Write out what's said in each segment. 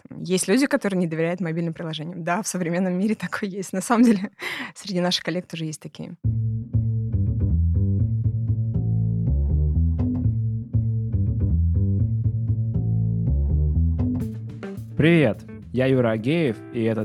Есть люди, которые не доверяют мобильным приложениям. Да, в современном мире такое есть. На самом деле, среди наших коллег тоже есть такие. Привет! Я Юра Агеев, и это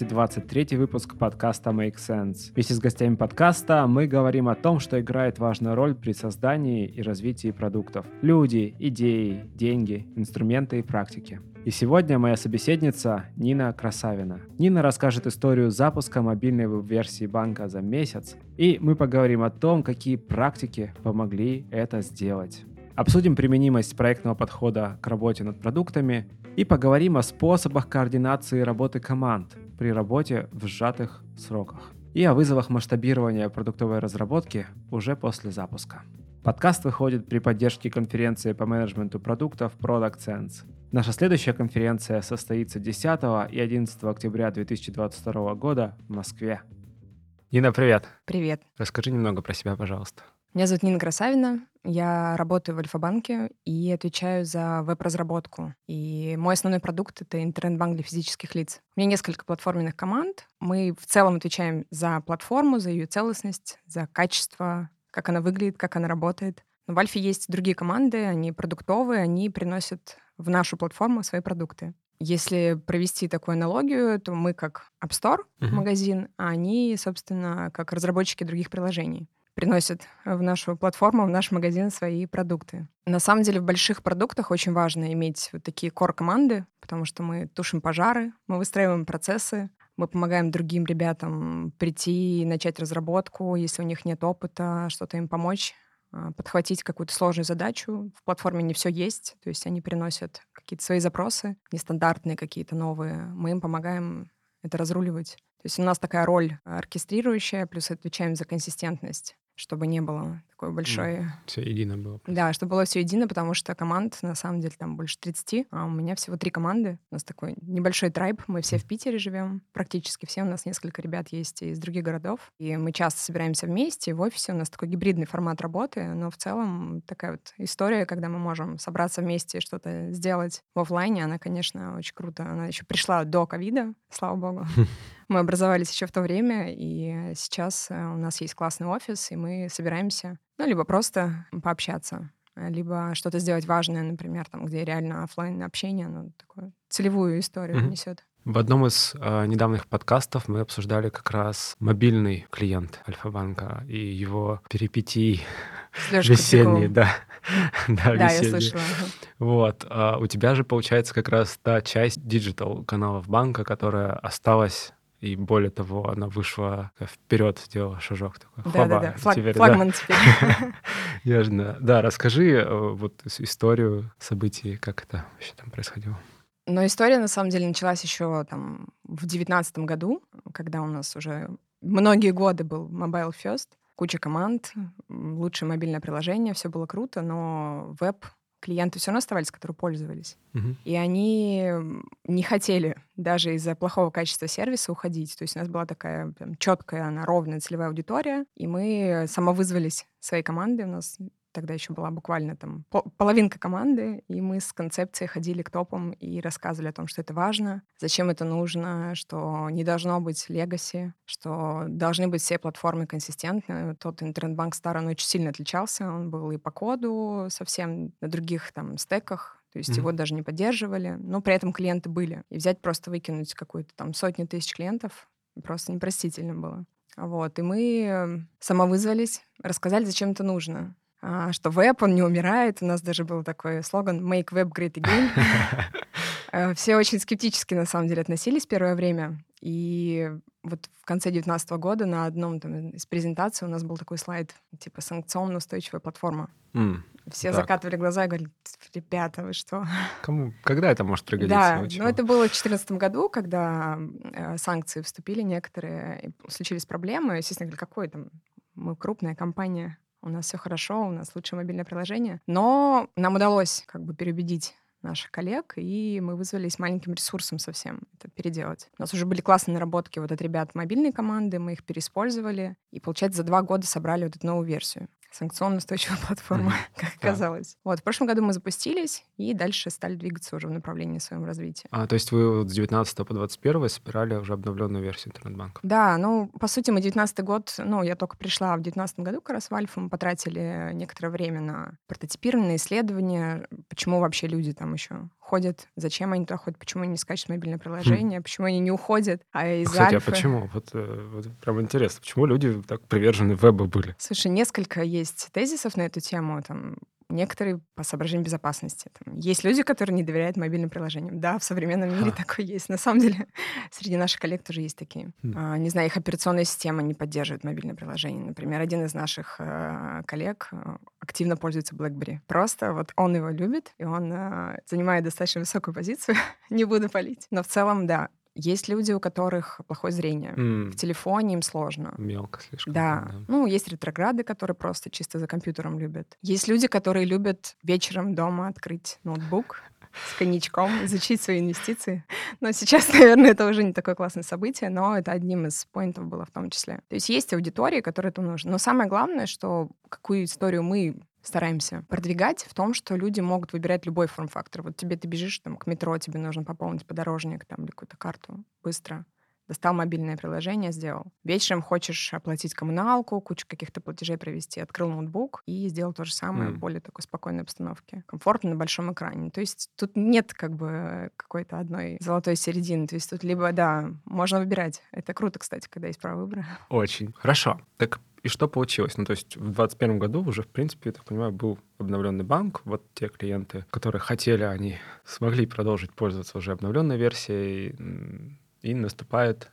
223 выпуск подкаста Make Sense. Вместе с гостями подкаста мы говорим о том, что играет важную роль при создании и развитии продуктов. Люди, идеи, деньги, инструменты и практики. И сегодня моя собеседница Нина Красавина. Нина расскажет историю запуска мобильной веб-версии банка за месяц, и мы поговорим о том, какие практики помогли это сделать. Обсудим применимость проектного подхода к работе над продуктами и поговорим о способах координации работы команд при работе в сжатых сроках и о вызовах масштабирования продуктовой разработки уже после запуска. Подкаст выходит при поддержке конференции по менеджменту продуктов Product Sense. Наша следующая конференция состоится 10 и 11 октября 2022 года в Москве. Нина, привет. Привет. Расскажи немного про себя, пожалуйста. Меня зовут Нина Красавина. Я работаю в Альфа-банке и отвечаю за веб-разработку. И мой основной продукт — это интернет-банк для физических лиц. У меня несколько платформенных команд. Мы в целом отвечаем за платформу, за ее целостность, за качество, как она выглядит, как она работает. Но в Альфе есть другие команды, они продуктовые, они приносят в нашу платформу свои продукты. Если провести такую аналогию, то мы как App Store, магазин, а они, собственно, как разработчики других приложений, приносят в нашу платформу, в наш магазин свои продукты. На самом деле в больших продуктах очень важно иметь вот такие core-команды, потому что мы тушим пожары, мы выстраиваем процессы, мы помогаем другим ребятам прийти и начать разработку, если у них нет опыта, что-то им помочь, подхватить какую-то сложную задачу. В платформе не все есть, то есть они приносят какие-то свои запросы, нестандартные какие-то новые. Мы им помогаем это разруливать. То есть у нас такая роль оркестрирующая, плюс отвечаем за консистентность, чтобы не было такой большой... Все едино было. Да, чтобы было все едино, потому что команд, на самом деле, там больше 30, а у меня всего 3 команды. У нас такой небольшой трайб, мы все в Питере живем, практически все. У нас несколько ребят есть из других городов. И мы часто собираемся вместе, в офисе у нас такой гибридный формат работы, но в целом такая вот история, когда мы можем собраться вместе и что-то сделать в офлайне, она, конечно, очень круто. Она еще пришла до ковида, слава богу. Мы образовались еще в то время, и сейчас у нас есть классный офис, и мы собираемся, либо просто пообщаться, либо что-то сделать важное, например, там, где реально офлайн общение, оно такую целевую историю несет. В одном из недавних подкастов мы обсуждали как раз мобильный клиент Альфа-банка и его перипетии весенние. Да, я слышала. Вот. У тебя же получается как раз та часть диджитал-каналов банка, которая осталась. И более того, она вышла вперед, сделала шажок такой. Да. Флагман теперь. Ясно. Да, расскажи вот историю событий, как это вообще там происходило. Но история, на самом деле, началась еще там в 2019 году, когда у нас уже многие годы был Mobile First, куча команд, лучшее мобильное приложение, все было круто, но клиенты все равно оставались, которые пользовались. И они не хотели даже из-за плохого качества сервиса уходить. То есть у нас была такая четкая, она ровная целевая аудитория, и мы самовызвались своей командой. У нас тогда еще была буквально там половинка команды, и мы с концепцией ходили к топам и рассказывали о том, что это важно, зачем это нужно, что не должно быть легаси, что должны быть все платформы консистентны. Тот интернет-банк старый, он очень сильно отличался. Он был и по коду совсем на других там стеках, то есть его даже не поддерживали, но при этом клиенты были. И взять просто выкинуть какую-то там сотню тысяч клиентов просто непростительно было. Вот, и мы самовызвались, рассказали, зачем это нужно. Что веб, он не умирает. У нас даже был такой слоган «Make web great again». Все очень скептически, на самом деле, относились первое время. И вот в конце 2019 года на одном из презентаций у нас был такой слайд, типа «Санкционно устойчивая платформа». Все закатывали глаза и говорили: ребята, вы что? Когда это может пригодиться? Да, но это было в 2014 году, когда санкции вступили некоторые, и случились проблемы. Естественно, говорили, какой там? Мы крупная компания. У нас все хорошо, у нас лучшее мобильное приложение. Но нам удалось переубедить наших коллег, и мы вызвались маленьким ресурсом совсем это переделать. У нас уже были классные наработки от ребят мобильной команды, мы их переиспользовали, и, получается, за 2 года собрали эту новую версию. санкционно устойчивая платформа, как оказалось. Вот, в прошлом году мы запустились и дальше стали двигаться уже в направлении своего развития. То есть вы вот с 19 по 21 собирали уже обновленную версию интернет-банка? Да, ну, по сути, мы 19-й год, я только пришла в 19-м году как раз в Альфу, мы потратили некоторое время на прототипирование, исследование, почему вообще люди там еще ходят, зачем они туда ходят, почему они не скачивают мобильное приложение, почему они не уходят, из Кстати, Альфы... а почему? Вот прям интересно, почему люди так привержены вебу были? Слушай, несколько есть тезисов на эту тему. Там, некоторые по соображениям безопасности. Там, есть люди, которые не доверяют мобильным приложениям. Да, в современном мире такое есть. На самом деле, среди наших коллег тоже есть такие. Не знаю, их операционная система не поддерживает мобильное приложение. Например, один из наших коллег активно пользуется BlackBerry. Просто вот он его любит, и он занимает достаточно высокую позицию. Не буду палить. Но в целом, да, есть люди, у которых плохое зрение. В телефоне им сложно. Мелко слишком. Да. Ну, есть ретрограды, которые просто чисто за компьютером любят. Есть люди, которые любят вечером дома открыть ноутбук с коньячком, изучить свои инвестиции. Но сейчас, наверное, это уже не такое классное событие, но это одним из поинтов было в том числе. То есть есть аудитория, которой это нужно. Но самое главное, что какую историю мы стараемся продвигать в том, что люди могут выбирать любой форм-фактор. Вот ты бежишь там, к метро, тебе нужно пополнить подорожник там, или какую-то карту быстро. Достал мобильное приложение, сделал. Вечером хочешь оплатить коммуналку, кучу каких-то платежей провести, открыл ноутбук и сделал то же самое в более такой спокойной обстановке. Комфортно на большом экране. То есть тут нет как бы какой-то одной золотой середины. То есть тут либо, да, можно выбирать. Это круто, кстати, когда есть право выбора. Очень. Хорошо. Так и что получилось? Ну, то есть в 2021 году уже, в принципе, я так понимаю, был обновленный банк. Вот те клиенты, которые хотели, они смогли продолжить пользоваться уже обновленной версией. И наступает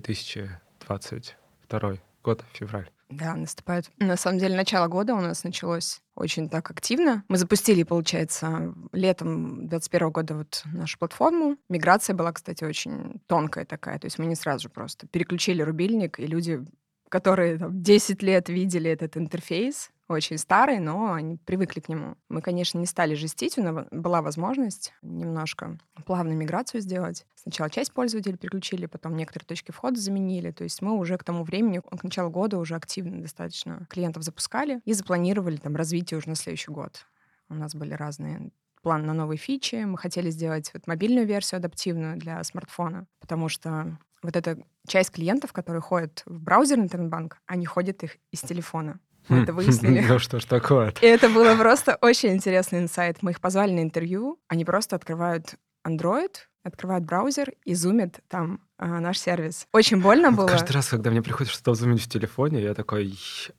2022 год, февраль. Да, наступает. На самом деле, начало года у нас началось очень так активно. Мы запустили, получается, летом 2021 года вот нашу платформу. Миграция была, кстати, очень тонкая такая. То есть мы не сразу же просто переключили рубильник, и люди, которые там 10 лет видели этот интерфейс, очень старый, но они привыкли к нему. Мы, конечно, не стали жестить, у нас была возможность немножко плавную миграцию сделать. Сначала часть пользователей переключили, потом некоторые точки входа заменили. То есть мы уже к тому времени, к началу года, уже активно достаточно клиентов запускали и запланировали там развитие уже на следующий год. У нас были разные планы на новые фичи. Мы хотели сделать вот мобильную версию адаптивную для смартфона, потому что вот эта часть клиентов, которые ходят в браузер интернет-банк, они ходят их из телефона. Мы это выяснили. Ну что ж такое? И это было просто очень интересный инсайт. Мы их позвали на интервью. Они просто открывают Android, открывают браузер и зумят там наш сервис. Очень больно было. Каждый раз, когда мне приходит что-то зумить в телефоне, я такой...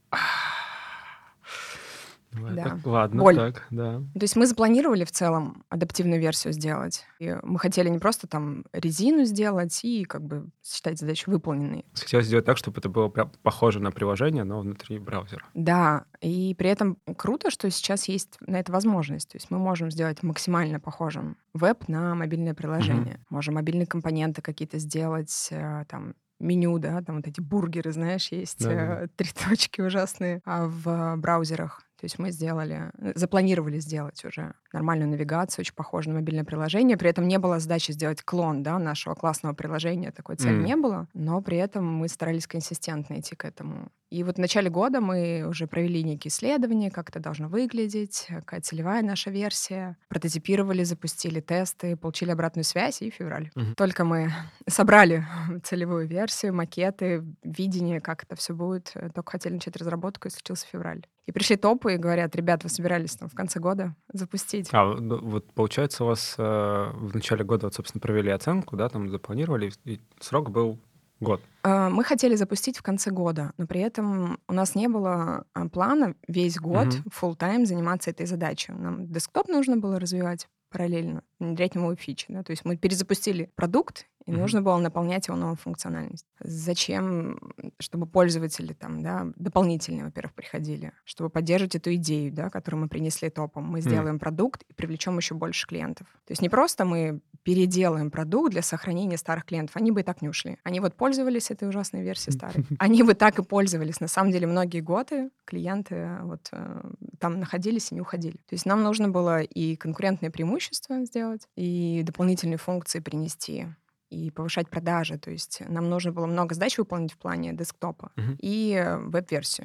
Да. Ладно, боль. так, да. То есть мы запланировали в целом адаптивную версию сделать. И мы хотели не просто там резину сделать и как бы считать задачу выполненной. Хотелось сделать так, чтобы это было прям похоже на приложение, но внутри браузера. Да, и при этом круто, что сейчас есть на это возможность. То есть мы можем сделать максимально похожим веб на мобильное приложение. Можем мобильные компоненты какие-то сделать, там, меню, да, там вот эти бургеры, знаешь, есть, Да. 3 точки ужасные в браузерах. То есть мы запланировали сделать уже нормальную навигацию, очень похожую на мобильное приложение. При этом не было задачи сделать клон, да, нашего классного приложения. Такой цели не было. Но при этом мы старались консистентно идти к этому. И вот в начале года мы уже провели некие исследования, как это должно выглядеть, какая целевая наша версия. Прототипировали, запустили тесты, получили обратную связь, и февраль. Только мы собрали целевую версию, макеты, видение, как это все будет. Только хотели начать разработку, и случился февраль. И пришли топы и говорят: ребят, вы собирались там в конце года запустить. Вот получается, у вас в начале года, вот, собственно, провели оценку, да, там запланировали, и срок был год. Мы хотели запустить в конце года, но при этом у нас не было плана весь год full-time заниматься этой задачей. Нам десктоп нужно было развивать параллельно, внедрять новые фичи. Да? То есть мы перезапустили продукт, и нужно было наполнять его новой функциональностью. Зачем? Чтобы пользователи там, да, дополнительные, во-первых, приходили, чтобы поддерживать эту идею, да, которую мы принесли топом. Мы сделаем продукт и привлечем еще больше клиентов. То есть не просто мы переделаем продукт для сохранения старых клиентов. Они бы и так не ушли. Они вот пользовались этой ужасной версией старой. Они бы так и пользовались. На самом деле многие годы клиенты вот там находились и не уходили. То есть нам нужно было и конкурентные преимущества сделать, и дополнительные функции принести, и повышать продажи. То есть нам нужно было много задач выполнить в плане десктопа и веб-версию.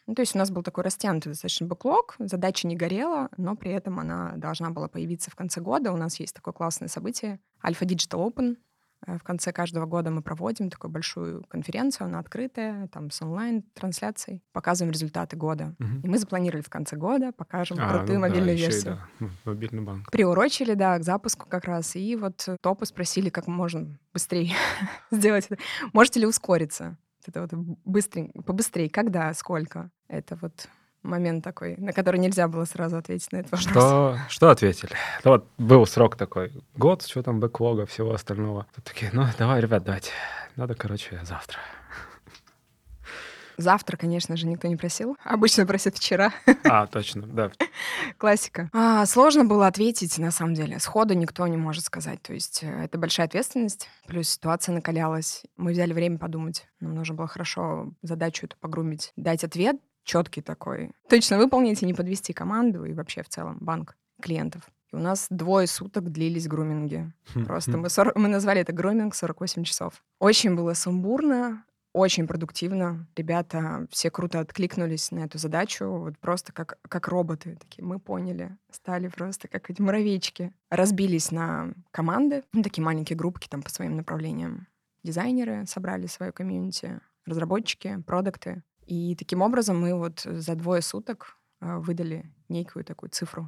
Ну, то есть у нас был такой растянутый достаточно бэклог, задача не горела, но при этом она должна была появиться в конце года. У нас есть такое классное событие Alpha Digital Open. В конце каждого года мы проводим такую большую конференцию, она открытая, там с онлайн-трансляцией, показываем результаты года. И мы запланировали в конце года, покажем крутую мобильную еще версию. и, да, мобильный банк. Приурочили, да, к запуску как раз. И вот топы спросили, как можно быстрее сделать это. Можете ли ускориться? Это вот побыстрее. Когда, сколько? Это вот момент такой, на который нельзя было сразу ответить на этот вопрос. Что ответили? Ну, вот был срок такой, год, что там бэклога, всего остального. Тут такие, ну, давай, ребят, давайте. Надо, короче, завтра. Завтра, конечно же, никто не просил. Обычно просят вчера. Точно, да. Классика. Сложно было ответить, на самом деле. Сходу никто не может сказать. То есть это большая ответственность, плюс ситуация накалялась. Мы взяли время подумать. Нам нужно было хорошо задачу эту погрумить, дать ответ четкий такой, точно выполнить и не подвести команду и вообще в целом банк клиентов. И у нас 2 суток длились груминги. Просто мы назвали это груминг 48 часов. Очень было сумбурно, очень продуктивно. Ребята все круто откликнулись на эту задачу. Вот просто как роботы такие. Мы поняли. Стали просто как эти муравейчики. Разбились на команды. Такие маленькие группки там по своим направлениям. Дизайнеры собрали свою комьюнити, разработчики, продукты. И таким образом мы вот за 2 суток выдали некую такую цифру.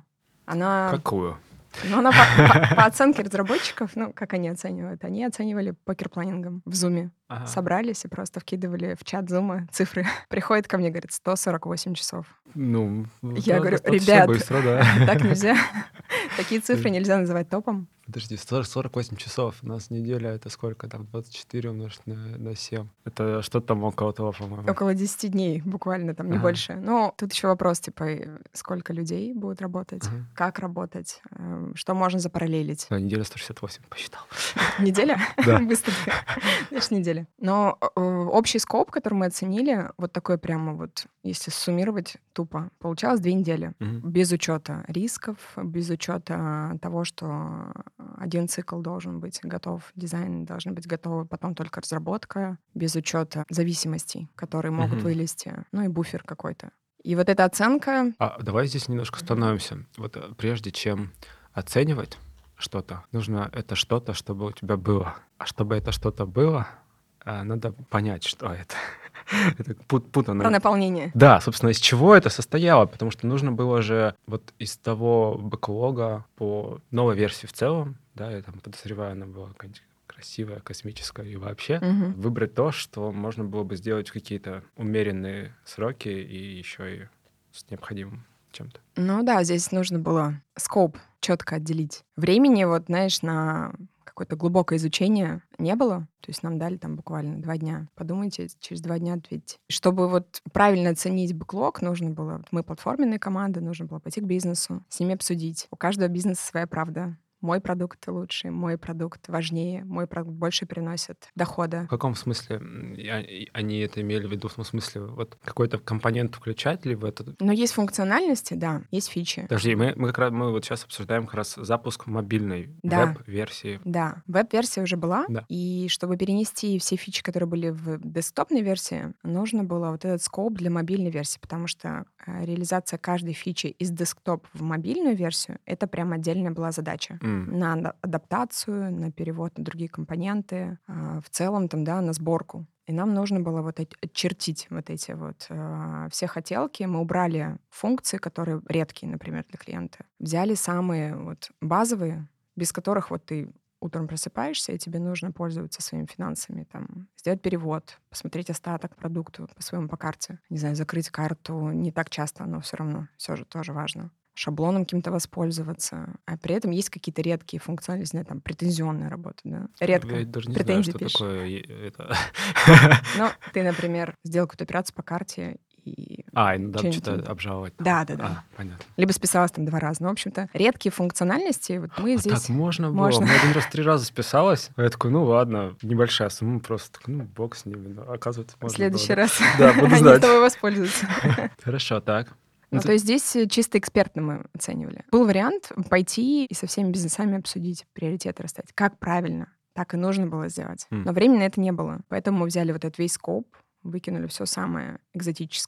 Какую? Ну, она по оценке разработчиков, как они оценивают? Они оценивали покер-планингом в Zoom. Собрались и просто вкидывали в чат Zoom цифры. Приходит ко мне, говорит, 148 часов. Ну, я говорю, ребят, быстро, да. Так нельзя. Такие цифры нельзя называть топом. Подожди, 48 часов. У нас неделя — это сколько там? 24 умножить на 7. Это что-то там около того, по-моему. Около 10 дней буквально, там не больше. Но тут еще вопрос, типа, сколько людей будут работать, как работать, что можно запараллелить. Да, неделя 168 посчитал. Неделя? Да. Быстро. Значит, неделя. Но общий скоп, который мы оценили, вот такой прямо вот, если суммировать тупо, получалось 2 недели. Без учета рисков, без учета того, что один цикл должен быть готов, дизайн должен быть готов, потом только разработка, без учета зависимостей, которые могут вылезти, ну и буфер какой-то. И вот эта оценка... Давай здесь немножко остановимся. Вот прежде чем оценивать что-то, нужно это что-то, чтобы у тебя было. А чтобы это что-то было, надо понять, что это. Это путано. Про наполнение. Да, собственно, из чего это состояло, потому что нужно было же вот из того бэклога по новой версии в целом, да, я там подозреваю, она была красивая, космическая и вообще, выбрать то, что можно было бы сделать в какие-то умеренные сроки и еще и с необходимым чем-то. Ну да, здесь нужно было скоп четко отделить. Времени, вот, знаешь, на какое-то глубокое изучение не было. То есть нам дали там буквально 2 дня. Подумайте, через 2 дня ответьте. Чтобы вот правильно оценить бэклог, нужно было... Мы платформенная команда, нужно было пойти к бизнесу, с ними обсудить. У каждого бизнеса своя правда. Мой продукт лучше, мой продукт важнее, мой продукт больше приносит дохода. В каком смысле они это имели в виду? В смысле, вот какой-то компонент включать ли в это? Но есть функциональности, да, есть фичи. Подожди, мы вот сейчас обсуждаем как раз запуск мобильной веб-версии. Да, веб-версия уже была, и чтобы перенести все фичи, которые были в десктопной версии, нужно было вот этот скоп для мобильной версии, потому что реализация каждой фичи из десктоп в мобильную версию — это прям отдельная была задача. На адаптацию, на перевод на другие компоненты, в целом там, да, на сборку. И нам нужно было вот отчертить вот эти вот все хотелки. Мы убрали функции, которые редкие, например, для клиента. Взяли самые вот базовые, без которых вот ты утром просыпаешься, и тебе нужно пользоваться своими финансами, там, сделать перевод, посмотреть остаток продукту по карте. Не знаю, закрыть карту не так часто, но все равно все же тоже важно. Шаблоном каким-то воспользоваться. А при этом есть какие-то редкие функциональности, там, претензионная работа, да. Редко. Я даже не претензии знаю, что такое это. Ну, ты, например, сделал какую-то операцию по карте и... надо что-то обжаловать. Да. Понятно. Либо списалась там 2 раза. Ну, в общем-то, редкие функциональности, вот мы здесь... Так можно было. Мы 1 раз 3 раза списалась. Я такой, ну ладно, небольшая сумма, просто такой, бог с ними. Но, оказывается, можно в следующий раз да, буду знать. они с тобой воспользуются. Хорошо, так. Ну, то есть здесь чисто экспертно мы оценивали. Был вариант пойти и со всеми бизнесами обсудить, приоритеты расставить. Как правильно? Так и нужно было сделать. Но времени на это не было. Поэтому мы взяли вот этот весь скоп, выкинули все самое экзотическое.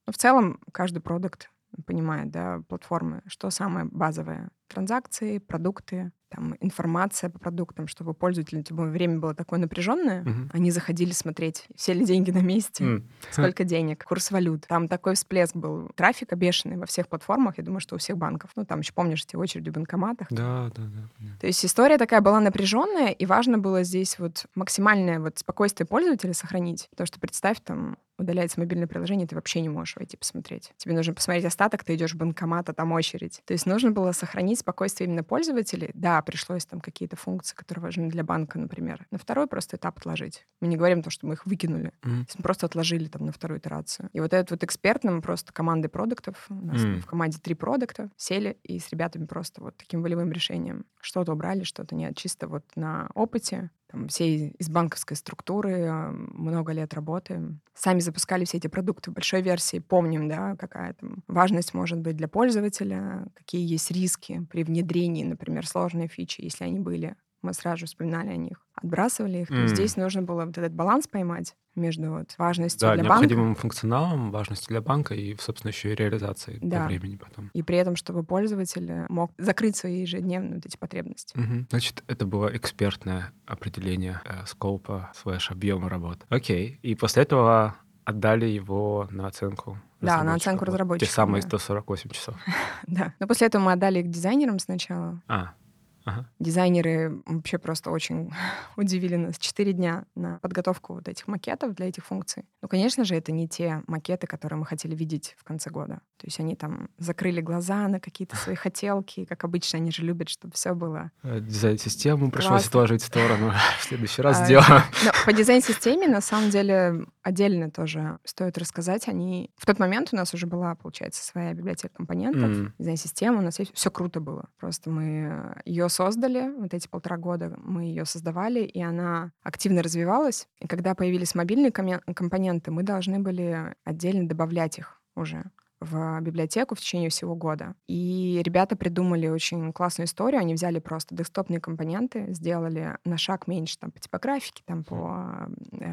Но в целом каждый продукт понимает, да, платформы, что самое базовое. Транзакции, продукты, там, информация по продуктам, чтобы пользователям, тем более, время было такое напряженное, они заходили смотреть, все ли деньги на месте, сколько денег, курс валют. Там такой всплеск был трафика бешеный во всех платформах, я думаю, что у всех банков. Ну, там еще помнишь эти очереди в банкоматах. Да. То есть история такая была напряженная, и важно было здесь вот максимальное вот спокойствие пользователя сохранить. Потому что представь, там удаляется мобильное приложение, ты вообще не можешь войти посмотреть. Тебе нужно посмотреть остаток, ты идешь в банкомат, а там очередь. То есть нужно было сохранить спокойствие именно пользователей. Да, пришлось там какие-то функции, которые важны для банка, например, на второй просто этап отложить. Мы не говорим то, что мы их выкинули. То есть мы просто отложили там на вторую итерацию. И вот этот вот эксперт нам просто командой продуктов, у нас в команде 3 продукта, сели и с ребятами просто вот таким волевым решением что-то убрали, что-то нет. Чисто вот на опыте. Там все из банковской структуры, много лет работаем. Сами запускали все эти продукты в большой версии, помним, да, какая там важность может быть для пользователя, какие есть риски при внедрении, например, сложные фичи, если они были. Мы сразу же вспоминали о них, отбрасывали их. То есть здесь нужно было вот этот баланс поймать между вот важностью для необходимым банка. функционалом, важностью для банка и, собственно, еще и реализацией по времени потом. И при этом, чтобы пользователь мог закрыть свои ежедневные вот эти потребности. Значит, это было экспертное определение скопа /объема работы. Окей. И после этого отдали его на оценку разработчиков. Да, на оценку разработчиков. Те самые 148 часов. Да. Но после этого мы отдали их дизайнерам сначала. Ага. Дизайнеры вообще просто очень удивили нас. 4 дня на подготовку вот этих макетов для этих функций. Ну, конечно же, это не те макеты, которые мы хотели видеть в конце года. То есть они там закрыли глаза на какие-то свои хотелки. Как обычно, они же любят, чтобы все было Дизайн-систему пришлось классно. отложить в сторону. В следующий раз сделаем. По дизайн-системе, на самом деле, отдельно тоже стоит рассказать. В тот момент у нас уже была, получается, своя библиотека компонентов, дизайн-система, у нас все круто было. Просто мы ее создали, вот эти 1,5 года мы ее создавали, и она активно развивалась. И когда появились мобильные компоненты, мы должны были отдельно добавлять их уже в библиотеку в течение всего года. И ребята придумали очень классную историю. Они взяли просто десктопные компоненты, сделали на шаг меньше там, по типографике, там, по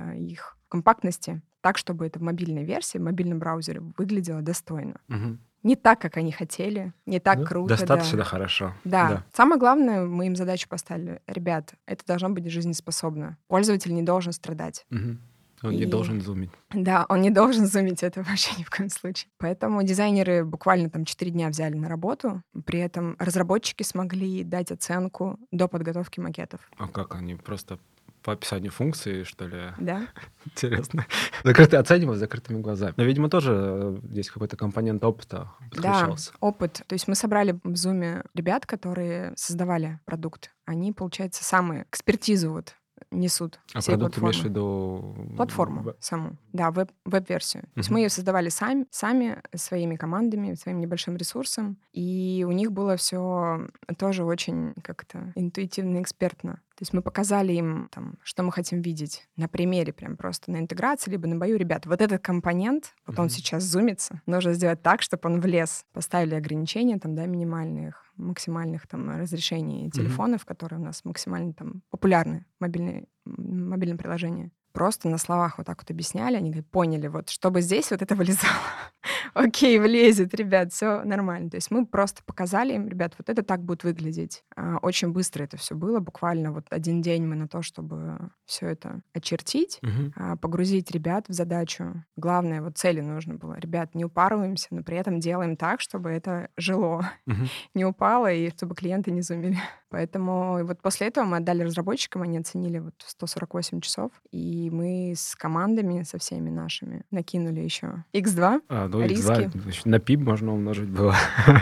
их компактности, так, чтобы это в мобильной версии, в мобильном браузере выглядело достойно. Не так, как они хотели, не так круто. Достаточно хорошо. Да. Самое главное, мы им задачу поставили. Ребят, это должно быть жизнеспособно. Пользователь не должен страдать. Он не должен зумить. Да, он не должен зумить, это вообще ни в коем случае. Поэтому дизайнеры буквально там 4 дня взяли на работу. При этом разработчики смогли дать оценку до подготовки макетов. А как они? Просто по описанию функции, что ли? Да. Интересно. Оценивал с закрытыми глазами. Но, видимо, тоже здесь какой-то компонент опыта подключался. Да, опыт. То есть мы собрали в Zoom ребят, которые создавали продукт. Они, получается, самые экспертизу вот несут. А продукт ты имеешь в виду? Платформу саму. Да, веб-версию. То есть мы ее создавали сами, своими командами, своим небольшим ресурсом. И у них было все тоже очень как-то интуитивно, экспертно. То есть мы показали им, там, что мы хотим видеть на примере, прям просто на интеграции, либо на бою. Ребят, вот этот компонент, вот он сейчас зумится, нужно сделать так, чтобы он влез. Поставили ограничения, там, да, минимальных, максимальных там разрешений телефонов, которые у нас максимально там популярны в мобильном приложении. Просто на словах вот так вот объясняли, они поняли, вот, чтобы здесь вот это вылезало. Окей, влезет, ребят, все нормально. То есть мы просто показали им, ребят, вот это так будет выглядеть. Очень быстро это все было, буквально вот 1 день мы на то, чтобы все это очертить, погрузить ребят в задачу. Главное, вот цели нужно было. Ребят, не упарываемся, но при этом делаем так, чтобы это жило, не упало, и чтобы клиенты не зумили. Поэтому вот после этого мы отдали разработчикам, они оценили вот 148 часов, и мы с командами, со всеми нашими, накинули еще X2, риски. X2, на пип можно умножить было.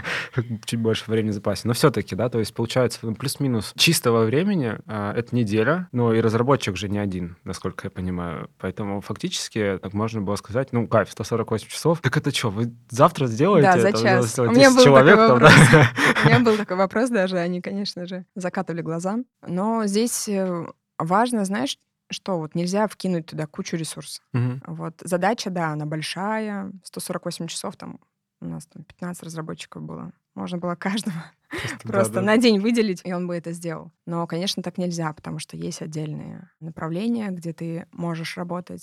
Чуть больше времени в запасе. Но все-таки, да, то есть получается плюс-минус чистого времени это неделя, но и разработчик же не один, насколько я понимаю. Поэтому фактически так можно было сказать, ну, кайф, 148 часов. Так это что, вы завтра сделаете? Да, за час. У меня был такой вопрос. У меня был такой вопрос даже, они, конечно же, закатывали глаза. Но здесь важно, знаешь, что вот нельзя вкинуть туда кучу ресурсов. Вот задача, да, она большая, 148 часов, там у нас там 15 разработчиков было. Можно было каждого просто на день выделить, и он бы это сделал. Но, конечно, так нельзя, потому что есть отдельные направления, где ты можешь работать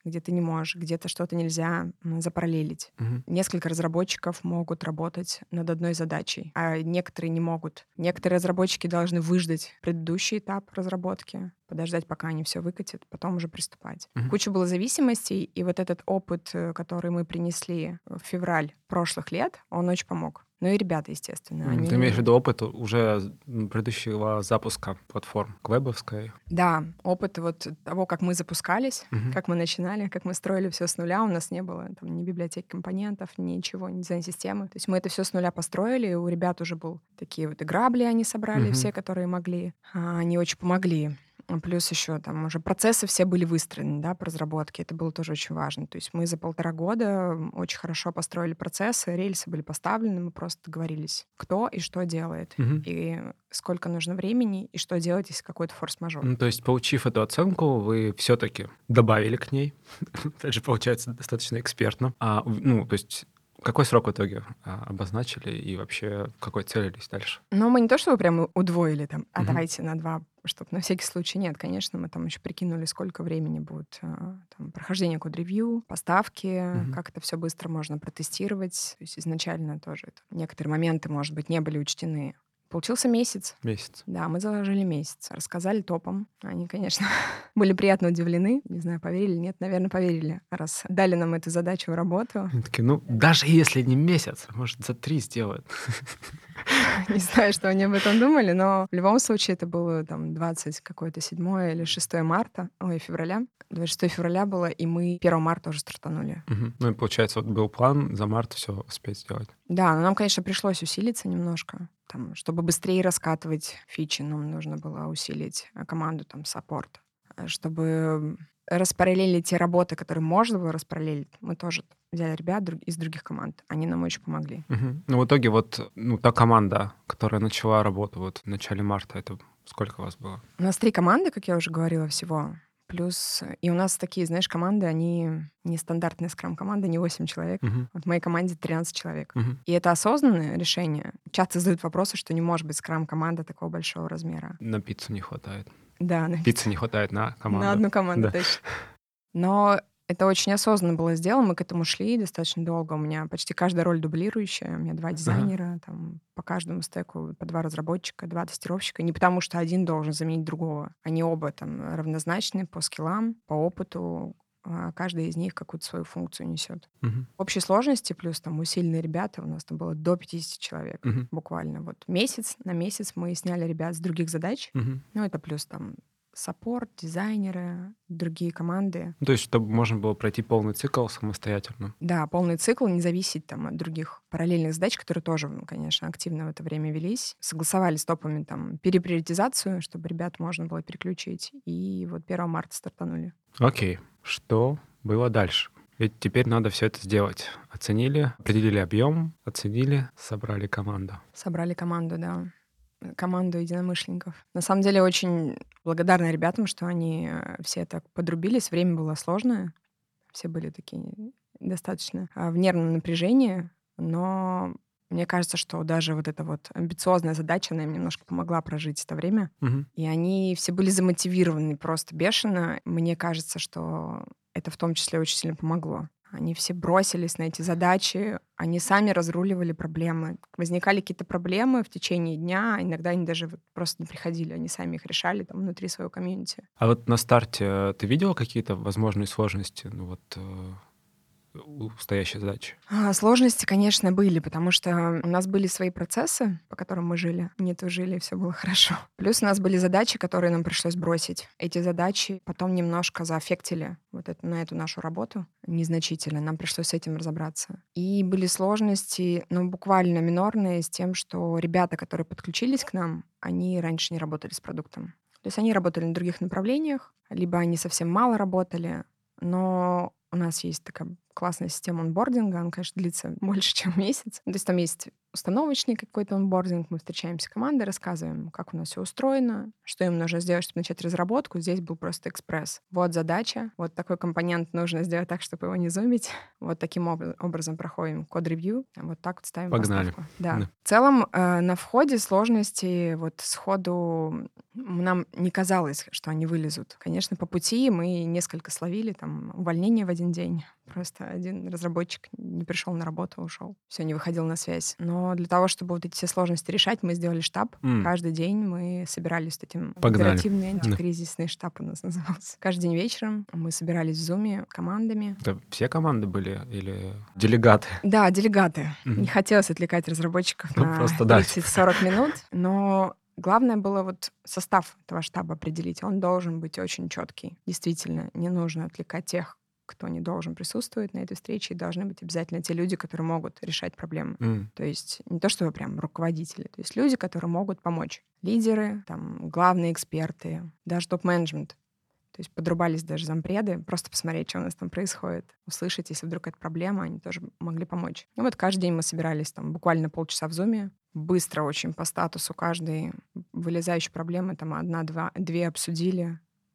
где-то не можешь, где-то что-то нельзя запараллелить. Несколько разработчиков могут работать над одной задачей, а некоторые не могут. Некоторые разработчики должны выждать предыдущий этап разработки, подождать, пока они все выкатят, потом уже приступать. Куча было зависимостей, и вот этот опыт, который мы принесли в февраль прошлых лет, он очень помог. Ну и ребята, естественно. Ты имеешь в виду опыт уже предыдущего запуска платформ к вебовской? Да, опыт вот того, как мы запускались, как мы начинали, как мы строили все с нуля. У нас не было там ни библиотеки компонентов, ничего, ни дизайн-системы. То есть мы это все с нуля построили, и у ребят уже был такие вот и грабли они собрали, все, которые могли. Они очень помогли. Плюс еще там уже процессы все были выстроены, да, по разработке. Это было тоже очень важно. То есть мы за 1,5 года очень хорошо построили процессы, рельсы были поставлены, мы просто договорились, кто и что делает, и сколько нужно времени, и что делать, если какой-то форс-мажор. То есть, получив эту оценку, вы все-таки добавили к ней. Опять же, получается, достаточно экспертно. То есть какой срок в итоге обозначили и вообще в какой целились дальше? Ну, мы не то чтобы прям удвоили там, давайте на 2, чтобы на всякий случай. Нет, конечно, мы там еще прикинули, сколько времени будет там, прохождение код-ревью, поставки, как это все быстро можно протестировать. То есть изначально тоже некоторые моменты, может быть, не были учтены. Получился месяц. Месяц. Да, мы заложили месяц. Рассказали топом. Они, конечно, были приятно удивлены. Не знаю, поверили, нет, наверное, поверили. Раз дали нам эту задачу в работу. Они такие, даже если не месяц, может, за 3 сделают. Не знаю, что они об этом думали, но в любом случае это было там 7 или 6 марта, февраля. 26 февраля было, и мы 1 марта уже стартанули. Ну и получается, вот был план за март все успеть сделать. Да, но нам, конечно, пришлось усилиться немножко. Там, чтобы быстрее раскатывать фичи, нам нужно было усилить команду там саппорта. Чтобы распараллелить те работы, которые можно было распараллелить, мы тоже взяли ребят из других команд. Они нам очень помогли. Ну, в итоге та команда, которая начала работу в начале марта, это сколько у вас было? У нас 3 команды, как я уже говорила, всего. Плюс, и у нас такие, знаешь, команды, они не стандартные скрам-команды, не 8 человек. Вот в моей команде 13 человек. И это осознанное решение. Часто задают вопросы, что не может быть скрам-команда такого большого размера. На пиццу не хватает. Да, на пиццы не хватает на команду. На одну команду, да. точно. Но это очень осознанно было сделано, мы к этому шли достаточно долго. У меня почти каждая роль дублирующая. У меня 2 дизайнера, там, по каждому стеку по 2 разработчика, 2 тестировщика. Не потому, что один должен заменить другого. Они оба там равнозначны по скиллам, по опыту. Каждый из них какую-то свою функцию несет. В общей сложности, плюс там усиленные ребята, у нас там было до 50 человек буквально. Вот на месяц мы сняли ребят с других задач. Ну, это плюс там саппорт, дизайнеры, другие команды. То есть, чтобы можно было пройти полный цикл самостоятельно. Да, полный цикл, не зависеть там от других параллельных задач, которые тоже, конечно, активно в это время велись. Согласовали с топами там переприоритизацию, чтобы ребят можно было переключить. И вот 1 марта стартанули. Окей. Что было дальше? Ведь теперь надо все это сделать. Оценили, определили объем, оценили, собрали команду. Собрали команду, да. Команду единомышленников. На самом деле очень благодарна ребятам, что они все так подрубились. Время было сложное. Все были такие достаточно в нервном напряжении. Но мне кажется, что даже вот эта вот амбициозная задача, она им немножко помогла прожить это время. И они все были замотивированы просто бешено. Мне кажется, что это в том числе очень сильно помогло. Они все бросились на эти задачи, они сами разруливали проблемы. Возникали какие-то проблемы в течение дня, иногда они даже просто не приходили, они сами их решали там внутри своего комьюнити. А вот на старте ты видела какие-то возможные сложности у стоящей задачи? Сложности, конечно, были, потому что у нас были свои процессы, по которым мы жили, не тужили, все было хорошо. Плюс у нас были задачи, которые нам пришлось бросить. Эти задачи потом немножко заэффектили на эту нашу работу незначительно. Нам пришлось с этим разобраться. И были сложности, буквально минорные, с тем, что ребята, которые подключились к нам, они раньше не работали с продуктом. То есть они работали на других направлениях, либо они совсем мало работали, но у нас есть такая классная система онбординга, она, конечно, длится больше, чем месяц. То есть там есть установочный какой-то онбординг, мы встречаемся с командой, рассказываем, как у нас все устроено, что им нужно сделать, чтобы начать разработку. Здесь был просто экспресс. Вот задача, вот такой компонент нужно сделать так, чтобы его не зумить. Вот таким образом проходим код-ревью, вот так вот ставим Погнали. поставку. Да. Да. В целом, на входе сложности вот сходу нам не казалось, что они вылезут. Конечно, по пути мы несколько словили, там, увольнение в один день. Просто один разработчик не пришел на работу, ушел. Все, не выходил на связь. Но для того, чтобы вот эти все сложности решать, мы сделали штаб. Каждый день мы собирались с этим. Погнали. Оперативный антикризисный штаб у нас назывался. Каждый день вечером мы собирались в Zoom командами. Это все команды были или делегаты? Да, делегаты. Не хотелось отвлекать разработчиков на просто дать. 30-40 минут, но главное было вот состав этого штаба определить. Он должен быть очень четкий. Действительно, не нужно отвлекать тех, кто не должен присутствовать на этой встрече, и должны быть обязательно те люди, которые могут решать проблемы. То есть не то, чтобы прям руководители, то есть люди, которые могут помочь. Лидеры, там, главные эксперты, даже топ-менеджмент. То есть подрубались даже зампреды, просто посмотреть, что у нас там происходит, услышать, если вдруг это проблема, они тоже могли помочь. И вот каждый день мы собирались там буквально полчаса в зуме, быстро очень по статусу каждой вылезающей проблемы, там две обсудили,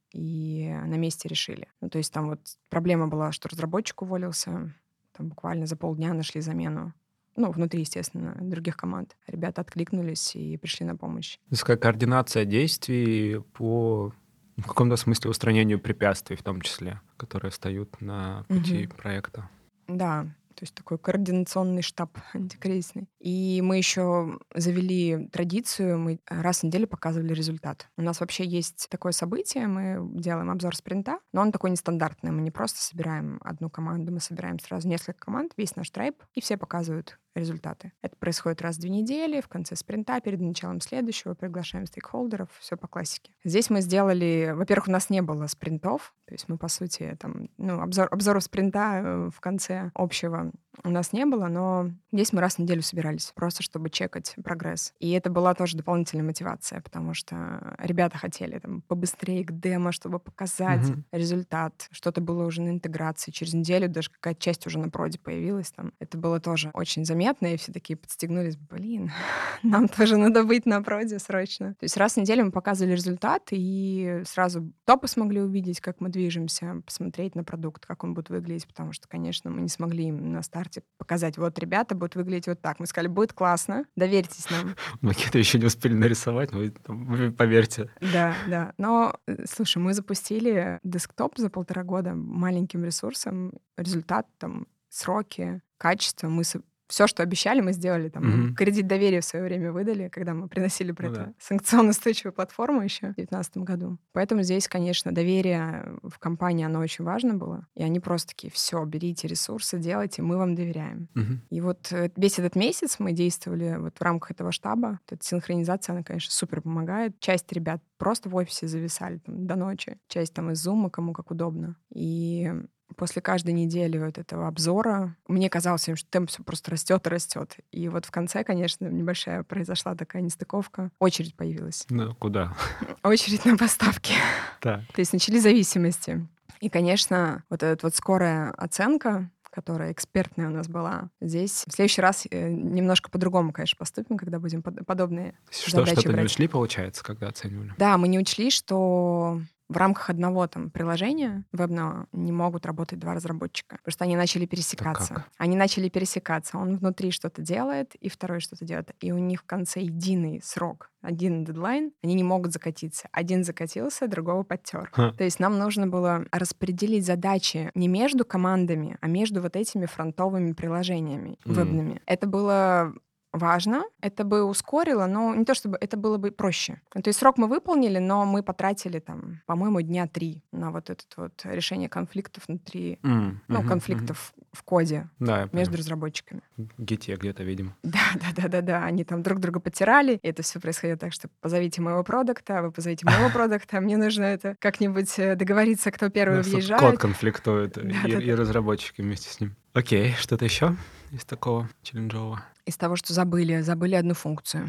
и на месте решили. Ну, то есть там вот проблема была, что разработчик уволился, там буквально за полдня нашли замену. Ну, внутри, естественно, других команд. Ребята откликнулись и пришли на помощь. То есть какая координация действий по, в каком-то смысле, устранению препятствий, в том числе, которые встают на пути проекта. Да. То есть такой координационный штаб антикризисный. И мы еще завели традицию, мы раз в неделю показывали результат. У нас вообще есть такое событие, мы делаем обзор спринта, но он такой нестандартный. Мы не просто собираем одну команду, мы собираем сразу несколько команд, весь наш трайб, и все показывают результаты. Это происходит раз в 2 недели, в конце спринта, перед началом следующего, приглашаем стейкхолдеров, все по классике. Здесь мы сделали, во-первых, у нас не было спринтов, то есть мы, по сути, там, обзоров спринта в конце общего у нас не было, но здесь мы раз в неделю собирались, просто чтобы чекать прогресс. И это была тоже дополнительная мотивация, потому что ребята хотели там побыстрее к демо, чтобы показать результат. Что-то было уже на интеграции. Через неделю даже какая-то часть уже на проде появилась. Там. Это было тоже очень заметно, и все такие подстегнулись. Блин, нам тоже надо быть на проде срочно. То есть раз в неделю мы показывали результат, и сразу топы смогли увидеть, как мы движемся, посмотреть на продукт, как он будет выглядеть, потому что, конечно, мы не смогли им на старте показать, вот ребята будут выглядеть вот так. Мы сказали, будет классно, доверьтесь нам. Макеты еще не успели нарисовать, но вы поверьте. Да. Но, слушай, мы запустили десктоп за 1,5 года маленьким ресурсом. Результат, там, сроки, качество. Мы все, что обещали, мы сделали. Там, кредит доверия в свое время выдали, когда мы приносили про это санкционно-устойчивую платформу еще в 2019 году. Поэтому здесь, конечно, доверие в компании, оно очень важно было. И они просто такие, все, берите ресурсы, делайте, мы вам доверяем. И вот весь этот месяц мы действовали вот в рамках этого штаба. Вот эта синхронизация, она, конечно, супер помогает. Часть ребят просто в офисе зависали там, до ночи. Часть там из Zoom, кому как удобно. И после каждой недели вот этого обзора мне казалось, что темп все просто растет и растет. И вот в конце, конечно, небольшая произошла такая нестыковка. Очередь появилась. Ну, куда? Очередь на поставки. Так. То есть начались зависимости. И, конечно, вот эта вот скорая оценка, которая экспертная у нас была. Здесь в следующий раз немножко по-другому, конечно, поступим, когда будем подобные задачи Что-то брать. не учли, получается, когда оценивали? Да, мы не учли, что в рамках одного там приложения вебного не могут работать 2 разработчика, потому что они начали пересекаться. Как? Они начали пересекаться. Он внутри что-то делает, и второй что-то делает. И у них в конце единый срок, один дедлайн. Они не могут закатиться. Один закатился, другого подтер. То есть нам нужно было распределить задачи не между командами, а между вот этими фронтовыми приложениями вебными. Это было важно, это бы ускорило, но не то чтобы это было бы проще. То есть срок мы выполнили, но мы потратили там, по-моему, 3 дня на вот это вот решение конфликтов внутри, конфликтов в коде между разработчиками. В гите где-то, видимо. Да. Они там друг друга потирали, и это все происходило так, что позовите моего продукта, вы позовите моего продукта, мне нужно это как-нибудь договориться, кто первый въезжает. Код конфликтует, и разработчики вместе с ним. Окей, что-то еще из такого челленджового? Из того, что забыли одну функцию.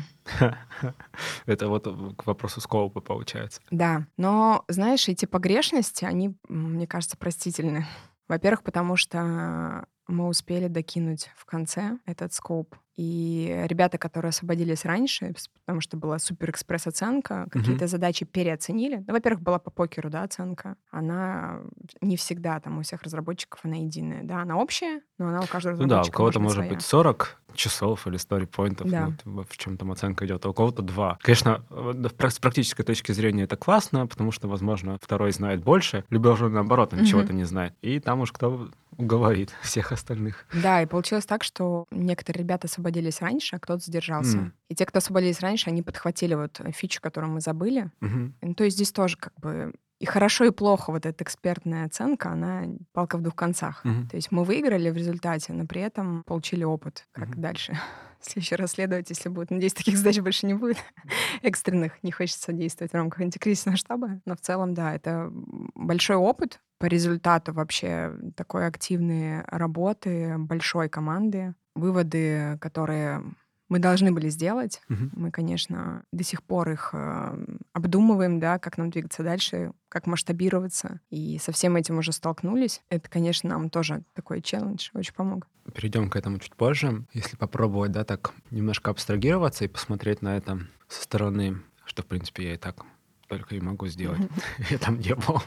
Это вот к вопросу скоупа получается. Да, но, знаешь, эти погрешности, они, мне кажется, простительны. Во-первых, потому что мы успели докинуть в конце этот скоп. И ребята, которые освободились раньше, потому что была супер-экспресс-оценка, какие-то задачи переоценили. Ну, во-первых, была по покеру, да, оценка. Она не всегда там у всех разработчиков, она единая. Да, она общая, но она у каждого Ну да, у разработчика кого-то может может быть быть 40 часов или сторипоинтов, Да. вот в чем там оценка идет, а у кого-то 2. Конечно, с практической точки зрения это классно, потому что, возможно, второй знает больше, либо уже наоборот, он чего-то не знает. И там уж кто уговорит всех остальных. Да, и получилось так, что некоторые ребята освободились раньше, а кто-то задержался. И те, кто освободились раньше, они подхватили вот фичу, которую мы забыли. Ну, то есть здесь тоже как бы и хорошо, и плохо вот эта экспертная оценка, она палка в двух концах. То есть мы выиграли в результате, но при этом получили опыт, как дальше в следующий раз следовать, если будет. Надеюсь, таких задач больше не будет экстренных. Не хочется действовать в рамках антикризисного штаба. Но в целом, да, это большой опыт по результату вообще такой активной работы большой команды. Выводы, которые мы должны были сделать. Мы, конечно, до сих пор их обдумываем, да, как нам двигаться дальше, как масштабироваться. И со всем этим уже столкнулись. Это, конечно, нам тоже такой челлендж очень помог. Перейдем к этому чуть позже. Если попробовать, да, так немножко абстрагироваться и посмотреть на это со стороны, что, в принципе, я и так только и могу сделать. Я там не был.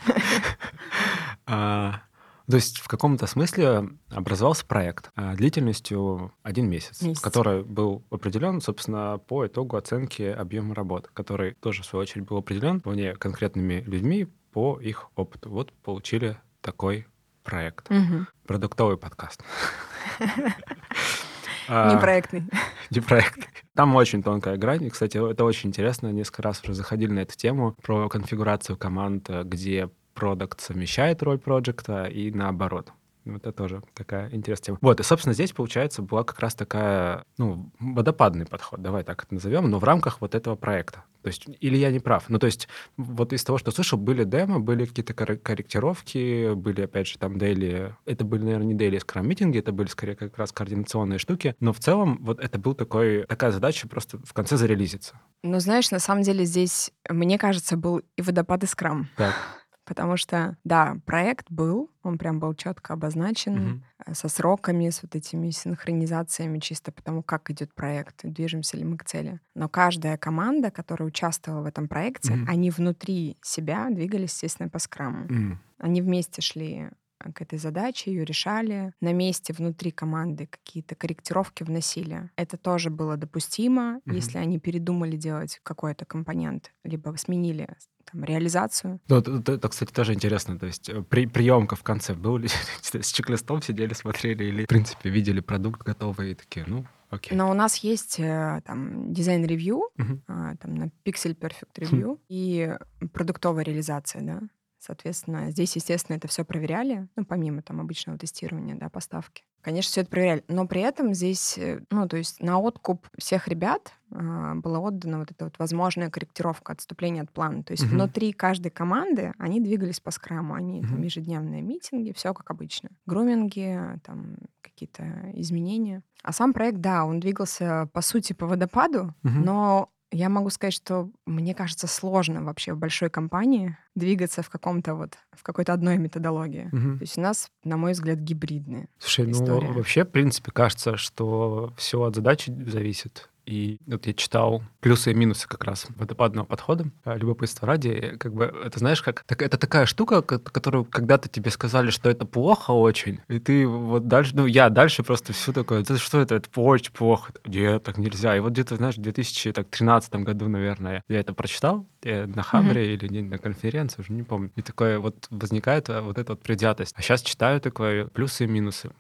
То есть в каком-то смысле образовался проект длительностью 1 месяц, который был определен, собственно, по итогу оценки объема работы, который тоже, в свою очередь, был определен вполне конкретными людьми по их опыту. Вот получили такой проект. Продуктовый подкаст. Непроектный. Непроектный. Там очень тонкая грань. И, кстати, это очень интересно. Несколько раз уже заходили на эту тему про конфигурацию команд, где продакт совмещает роль проекта и наоборот. Вот это тоже такая интересная тема. Вот, и, собственно, здесь, получается, была как раз такая, водопадный подход, давай так это назовем, но в рамках вот этого проекта. То есть, или я не прав? Ну, то есть, вот из того, что слышал, были демо, были какие-то корректировки, были, опять же, там дейли. Это были, наверное, не дейли скрам-митинги, это были, скорее, как раз координационные штуки. Но в целом, вот это был такая задача просто в конце зарелизиться. Ну, знаешь, на самом деле здесь, мне кажется, был и водопад, и скрам. Так. Потому что, да, проект был, он прям был четко обозначен, со сроками, с вот этими синхронизациями, чисто потому, как идет проект, движемся ли мы к цели. Но каждая команда, которая участвовала в этом проекте, они внутри себя двигались, естественно, по скраму. Они вместе шли к этой задаче, ее решали. На месте внутри команды какие-то корректировки вносили. Это тоже было допустимо, если они передумали делать какой-то компонент, либо сменили там реализацию. Ну, это, кстати, тоже интересно. То есть приемка в конце был ли с чек-листом сидели, смотрели, или, в принципе, видели продукт готовый и такие, окей. Но у нас есть там дизайн-ревью, там на Pixel Perfect Review и продуктовая реализация, да. Соответственно, здесь, естественно, это все проверяли, помимо там обычного тестирования, да, поставки. Конечно, все это проверяли. Но при этом здесь, то есть на откуп всех ребят была отдана вот эта вот возможная корректировка, отступление от плана. То есть внутри каждой команды они двигались по скраму. Они там ежедневные митинги, все как обычно. Груминги, там какие-то изменения. А сам проект, да, он двигался, по сути, по водопаду, но я могу сказать, что мне кажется сложно вообще в большой компании двигаться в какой-то одной методологии. То есть у нас, на мой взгляд, гибридная история. Вообще, в принципе, кажется, что все от задачи зависит. И вот я читал плюсы и минусы как раз водопадного подхода. Любопытство ради, как бы, это знаешь, это такая штука, которую когда-то тебе сказали, что это плохо очень, и ты вот дальше, я дальше просто все такое, что это очень плохо. Нет, так нельзя. И вот где-то, знаешь, в 2013 году, наверное, я это прочитал на Хабре или на конференции, уже не помню. И такое вот возникает вот эта вот предвзятость. А сейчас читаю такое плюсы и минусы.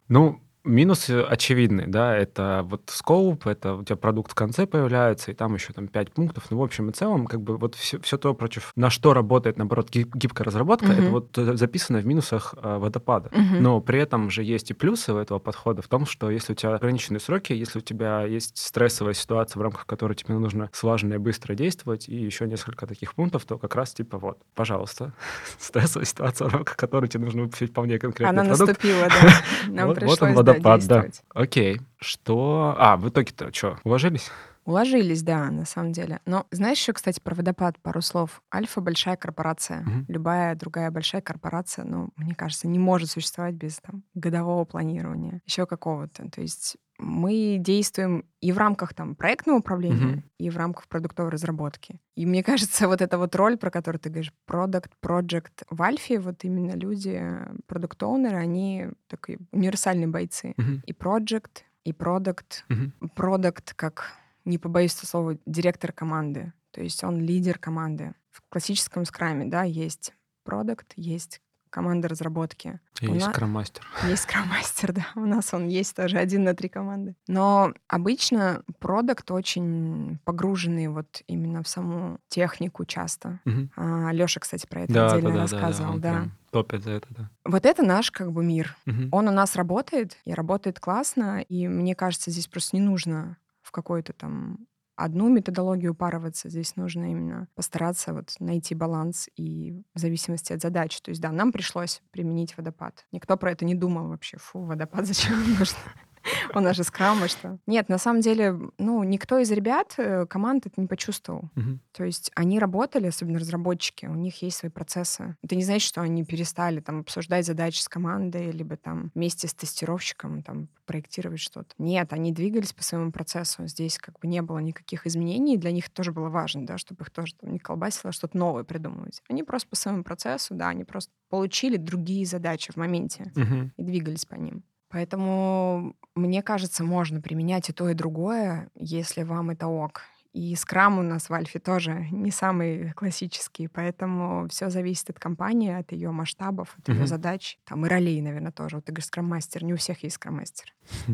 Минусы очевидны, да, это вот скоуп, это у тебя продукт в конце появляется, и там еще 5 пунктов. В общем и целом, как бы вот все то, против на что работает, наоборот, гибкая разработка, это вот записано в минусах водопада. Но при этом же есть и плюсы у этого подхода в том, что если у тебя ограниченные сроки, если у тебя есть стрессовая ситуация, в рамках которой тебе нужно слаженно и быстро действовать, и еще несколько таких пунктов, то как раз пожалуйста, стрессовая ситуация, в рамках которой тебе нужно выпустить вполне конкретный продукт. Она наступила, да. Нам пришлось водопад, да. действовать. Окей. В итоге-то что, уложились? Уложились, да, на самом деле. Но знаешь еще, кстати, про водопад пару слов. Альфа — большая корпорация. Любая другая большая корпорация, ну, мне кажется, не может существовать без там годового планирования, еще какого-то. То есть мы действуем и в рамках там проектного управления, и в рамках продуктовой разработки. И мне кажется, вот эта вот роль, про которую ты говоришь, продукт, project в Альфе, вот именно люди, продукт-оунеры, они такие универсальные бойцы. И project, и продукт. Продукт как, не побоюсь этого слова, директор команды. То есть он лидер команды. В классическом скраме, да, есть продукт, есть команда разработки. Есть скрам-мастер. Есть скрам-мастер, да. У нас он есть тоже 1 на 3 команды. Но обычно продакт очень погруженный вот именно в саму технику часто. Лёша, кстати, про это отдельно рассказывал. Он прям топит за это, да. Вот это наш как бы мир. Он у нас работает, и работает классно, и мне кажется, здесь просто не нужно в какой-то там одну методологию упарываться. Здесь нужно именно постараться вот найти баланс и в зависимости от задач. То есть, да, нам пришлось применить водопад. Никто про это не думал вообще. Фу, водопад зачем нужно? У нас же скрам, и что? Нет, на самом деле, ну, никто из ребят, команд это не почувствовал. То есть они работали, особенно разработчики, у них есть свои процессы. Это не значит, что они перестали там обсуждать задачи с командой, либо там вместе с тестировщиком там проектировать что-то. Нет, они двигались по своему процессу. Здесь как бы не было никаких изменений. Для них тоже было важно, да, чтобы их тоже там не колбасило что-то новое придумывать. Они просто по своему процессу, да, они просто получили другие задачи в моменте и двигались по ним. Поэтому, мне кажется, можно применять и то, и другое, если вам это ок. И скрам у нас в Альфе тоже не самый классический, поэтому все зависит от компании, от ее масштабов, от ее задач. Там и ролей, наверное, тоже. Вот ты говоришь, скрам-мастер, не у всех есть скрам-мастер.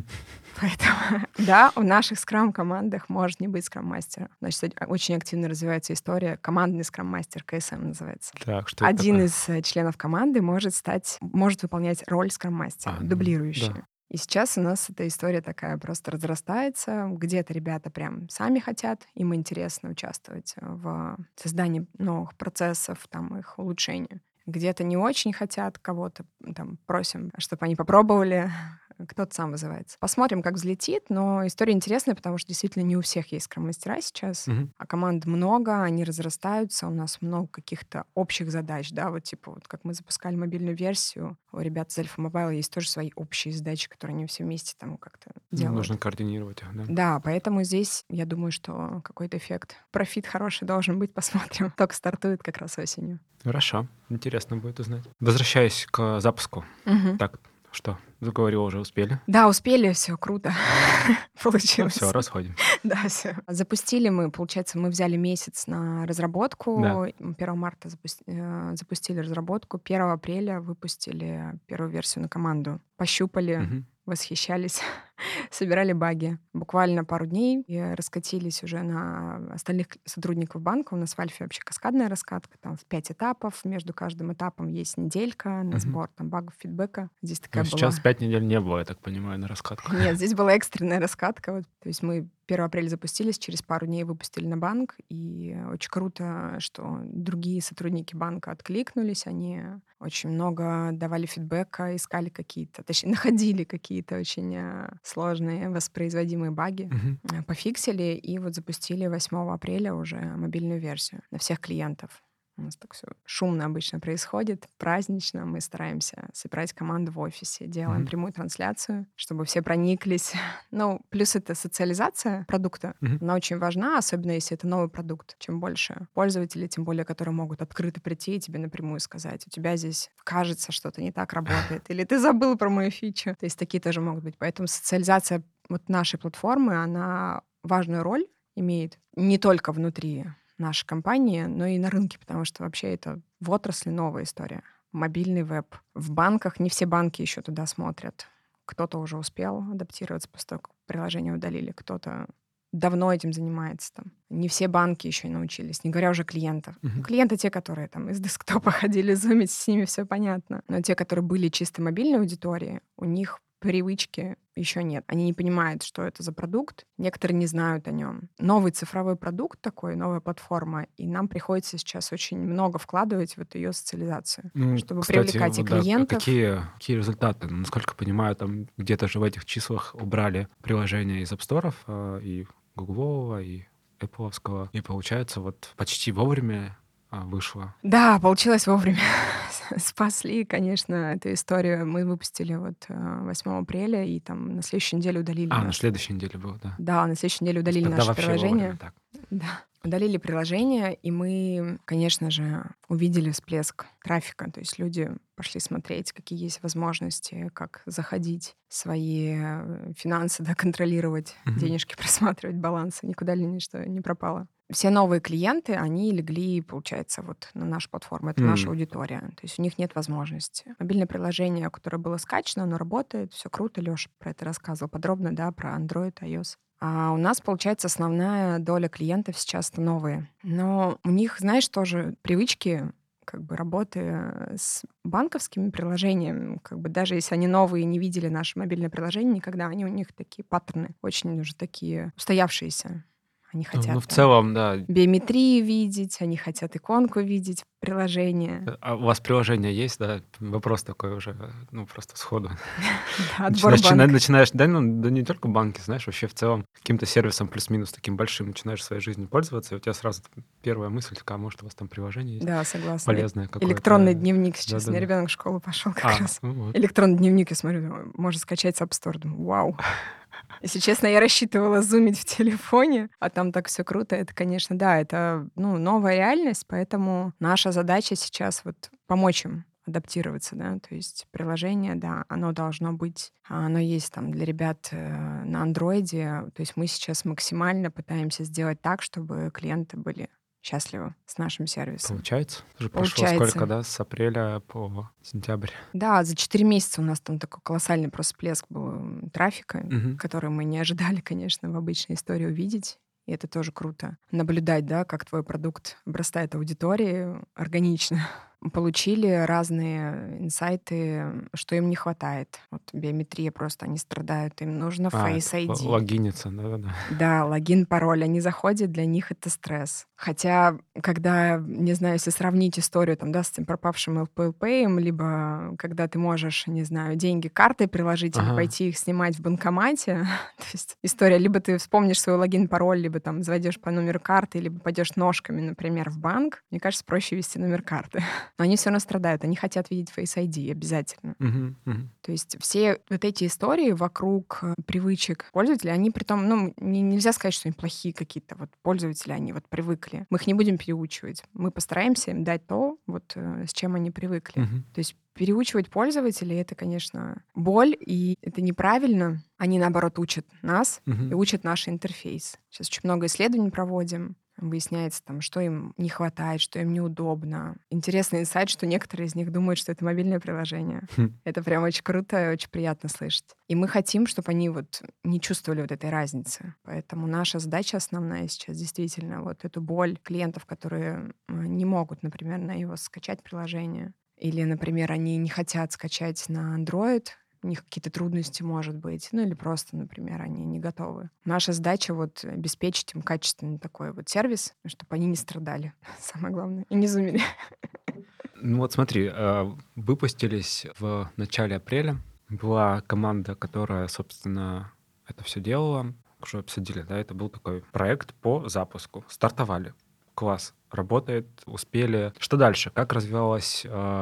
Поэтому, да, в наших скрам-командах может не быть скрам-мастера. Значит, очень активно развивается история. Командный скрам-мастер, КСМ называется. Так, что Один из членов команды может выполнять роль скрам-мастера, дублирующую. Да. И сейчас у нас эта история такая просто разрастается. Где-то ребята прям сами хотят, им интересно участвовать в создании новых процессов, там, их улучшению. Где-то не очень хотят, кого-то там просим, чтобы они попробовали, кто-то сам вызывается. Посмотрим, как взлетит, но история интересная, потому что действительно не у всех есть скрам-мастера сейчас, а команд много, они разрастаются, у нас много каких-то общих задач, да, вот типа вот как мы запускали мобильную версию, у ребят из Альфа Мобайла есть тоже свои общие задачи, которые они все вместе там как-то делают. Нужно координировать их, да? Да, поэтому здесь я думаю, что какой-то эффект. Профит хороший должен быть, посмотрим. Только стартует как раз осенью. Хорошо, интересно будет узнать. Возвращаясь к запуску. Так, что, заговорил уже, успели? Да, успели, все круто получилось. Все, расходим. Да, все. Запустили мы, получается, мы взяли месяц на разработку. Да. 1 марта запустили разработку. 1 апреля выпустили первую версию на команду. Пощупали, восхищались, собирали баги. Буквально пару дней и раскатились уже на остальных сотрудников банка. У нас в Альфе вообще каскадная раскатка, там в 5 этапов. Между каждым этапом есть неделька на сбор там багов, фидбэка. Здесь такая была... Сейчас 5 недель не было, я так понимаю, на раскатку. Нет, здесь была экстренная раскатка. Вот, то есть мы 1 апреля запустились, через пару дней выпустили на банк. И очень круто, что другие сотрудники банка откликнулись. Они очень много давали фидбэка, искали какие-то, точнее, находили какие-то очень сложные воспроизводимые баги, пофиксили и вот запустили 8 апреля уже мобильную версию на всех клиентов. У нас так все шумно обычно происходит, празднично. Мы стараемся собирать команду в офисе, делаем прямую трансляцию, чтобы все прониклись. Ну, плюс это социализация продукта. Она очень важна, особенно если это новый продукт. Чем больше пользователей, тем более, которые могут открыто прийти и тебе напрямую сказать, у тебя здесь кажется, что-то не так работает, или ты забыл про мою фичу. То есть такие тоже могут быть. Поэтому социализация вот нашей платформы, она важную роль имеет не только внутри нашей компании, но и на рынке, потому что вообще это в отрасли новая история. Мобильный веб. В банках не все банки еще туда смотрят. Кто-то уже успел адаптироваться после того, как приложение удалили, кто-то давно этим занимается. Там. Не все банки еще и научились, не говоря уже клиентов. Клиенты те, которые там из десктопа ходили зумить, с ними все понятно. Но те, которые были чисто мобильной аудиторией, у них привычки еще нет. Они не понимают, что это за продукт. Некоторые не знают о нем. Новый цифровой продукт такой, новая платформа, и нам приходится сейчас очень много вкладывать в эту ее социализацию, чтобы кстати, привлекать и вот, да, клиентов. Какие результаты? Насколько понимаю, там где-то же в этих числах убрали приложение из App Store, и гуглового, и эппловского. И получается, вот почти вовремя вышло. Да, получилось вовремя. Спасли, конечно, эту историю. Мы выпустили вот 8 апреля, и там на следующей неделе удалили На нас. следующей неделе было, да. Да, на следующей неделе То есть удалили тогда наше вообще вовремя приложение. так. Да. Удалили приложение, и мы, конечно же, увидели всплеск трафика. То есть люди пошли смотреть, какие есть возможности, как заходить, свои финансы, да, контролировать, денежки просматривать, балансы, никуда ли ничто не пропало. Все новые клиенты, они легли, получается, вот на нашу платформу. Это наша аудитория. То есть у них нет возможности. Мобильное приложение, которое было скачано, оно работает, все круто. Лёша про это рассказывал подробно, да, про Android, iOS. А у нас, получается, основная доля клиентов сейчас-то новые. Но у них, знаешь, тоже привычки как бы работы с банковскими приложениями, как бы даже если они новые и не видели наше мобильное приложение никогда, они у них такие паттерны, очень уже такие устоявшиеся. Они хотят в там целом, да. биометрию видеть, они хотят иконку видеть в приложении. А у вас приложение есть, да? Вопрос такой уже, просто сходу. Да, отбор банка. Начинаешь, да не только банки, знаешь, вообще в целом каким-то сервисом плюс-минус таким большим начинаешь в своей жизни пользоваться, и у тебя сразу первая мысль такая, может, у вас там приложение есть Да, согласна. полезное какое-то. Электронный дневник сейчас. У меня Да-да-да. ребенок в школу пошел как раз. Вот. Электронный дневник, я смотрю, можно скачать с App Store. Думаю, вау. Если честно, я рассчитывала зумить в телефоне, а там так все круто. Это, конечно, да, это новая реальность, поэтому наша задача сейчас вот помочь им адаптироваться, да, то есть приложение, да, оно должно быть, оно есть там для ребят на андроиде, то есть мы сейчас максимально пытаемся сделать так, чтобы клиенты были счастливы с нашим сервисом. Получается? Уже прошло сколько, да, с апреля по сентябрь? Да, за 4 месяца у нас там такой колоссальный просто всплеск был трафика, который мы не ожидали, конечно, в обычной истории увидеть. И это тоже круто. Наблюдать, да, как твой продукт обрастает аудиторией органично. Получили разные инсайты, что им не хватает. Вот биометрия просто, они страдают, им нужно Face ID. Логиниться, да. Да, логин, пароль. Они заходят, для них это стресс. Хотя, когда, не знаю, если сравнить историю там, да, с этим пропавшим Apple Pay, либо когда ты можешь, не знаю, деньги картой приложить или пойти их снимать в банкомате, то есть история, либо ты вспомнишь свой логин, пароль, либо там зайдешь по номеру карты, либо пойдешь ножками, например, в банк, мне кажется, проще ввести номер карты. Но они все равно страдают, они хотят видеть Face ID обязательно. То есть все вот эти истории вокруг привычек пользователя, они притом, нельзя сказать, что они плохие какие-то вот пользователи, они вот привыкли. Мы их не будем переучивать. Мы постараемся им дать то, вот с чем они привыкли. То есть переучивать пользователей — это, конечно, боль, и это неправильно. Они, наоборот, учат нас и учат наш интерфейс. Сейчас очень много исследований проводим. Выясняется, там, что им не хватает, что им неудобно. Интересный инсайт, что некоторые из них думают, что это мобильное приложение. Это прям очень круто и очень приятно слышать. И мы хотим, чтобы они вот не чувствовали вот этой разницы. Поэтому наша задача основная сейчас действительно вот эту боль клиентов, которые не могут, например, на iOS скачать приложение. Или, например, они не хотят скачать на Android, у них какие-то трудности, может быть, или просто, например, они не готовы. Наша задача вот обеспечить им качественный такой вот сервис, чтобы они не страдали, самое главное, и не зумили. Вот смотри, выпустились в начале апреля. Была команда, которая, собственно, это все делала. Уже обсудили, да, это был такой проект по запуску. Стартовали. Класс. Работает, успели. Что дальше? Как развивалось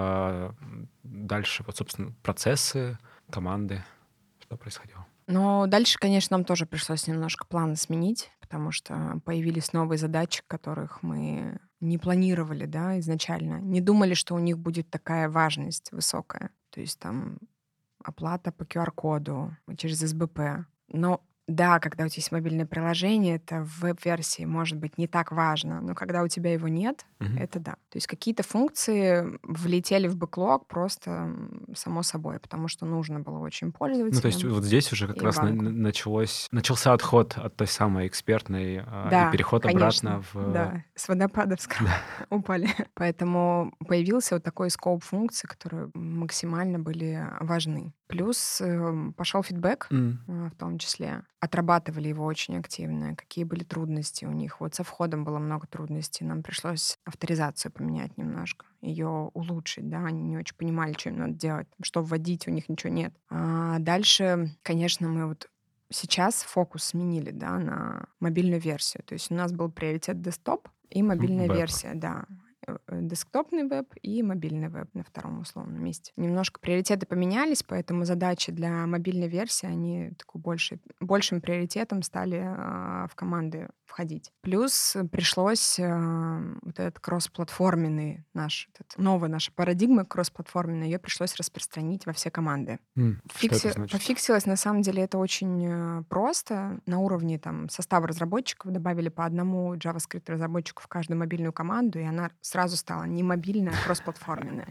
дальше, вот, собственно, процессы, команды? Что происходило? Но дальше, конечно, нам тоже пришлось немножко планы сменить, потому что появились новые задачи, которых мы не планировали, да, изначально. Не думали, что у них будет такая важность высокая. То есть там оплата по QR-коду через СБП. Но да, когда у тебя есть мобильное приложение, это в веб-версии может быть не так важно, но когда у тебя его нет, это да. То есть какие-то функции влетели в бэклог просто само собой, потому что нужно было очень пользователям. То есть вот здесь уже как раз начался отход от той самой экспертной и переход конечно, обратно в... Да, с водопада упали. Поэтому появился вот такой скоп функций, которые максимально были важны. Плюс пошел фидбэк, в том числе. Отрабатывали его очень активно. Какие были трудности у них. Вот со входом было много трудностей. Нам пришлось авторизацию поменять немножко, ее улучшить, да. Они не очень понимали, что им надо делать, что вводить, у них ничего нет. А дальше, конечно, мы вот сейчас фокус сменили, да, на мобильную версию. То есть у нас был приоритет десктоп и мобильная Веб. версия, да. Десктопный веб и мобильный веб на втором условном месте. Немножко приоритеты поменялись, поэтому задачи для мобильной версии, они такой большим приоритетом стали в команды входить. Плюс пришлось вот этот кроссплатформенный новая наша парадигма кроссплатформенная, ее пришлось распространить во все команды. Что это значит? Пофиксилось, на самом деле, это очень просто. На уровне там состава разработчиков добавили по одному JavaScript-разработчику в каждую мобильную команду, и она сразу стала не мобильная, а кроссплатформенная.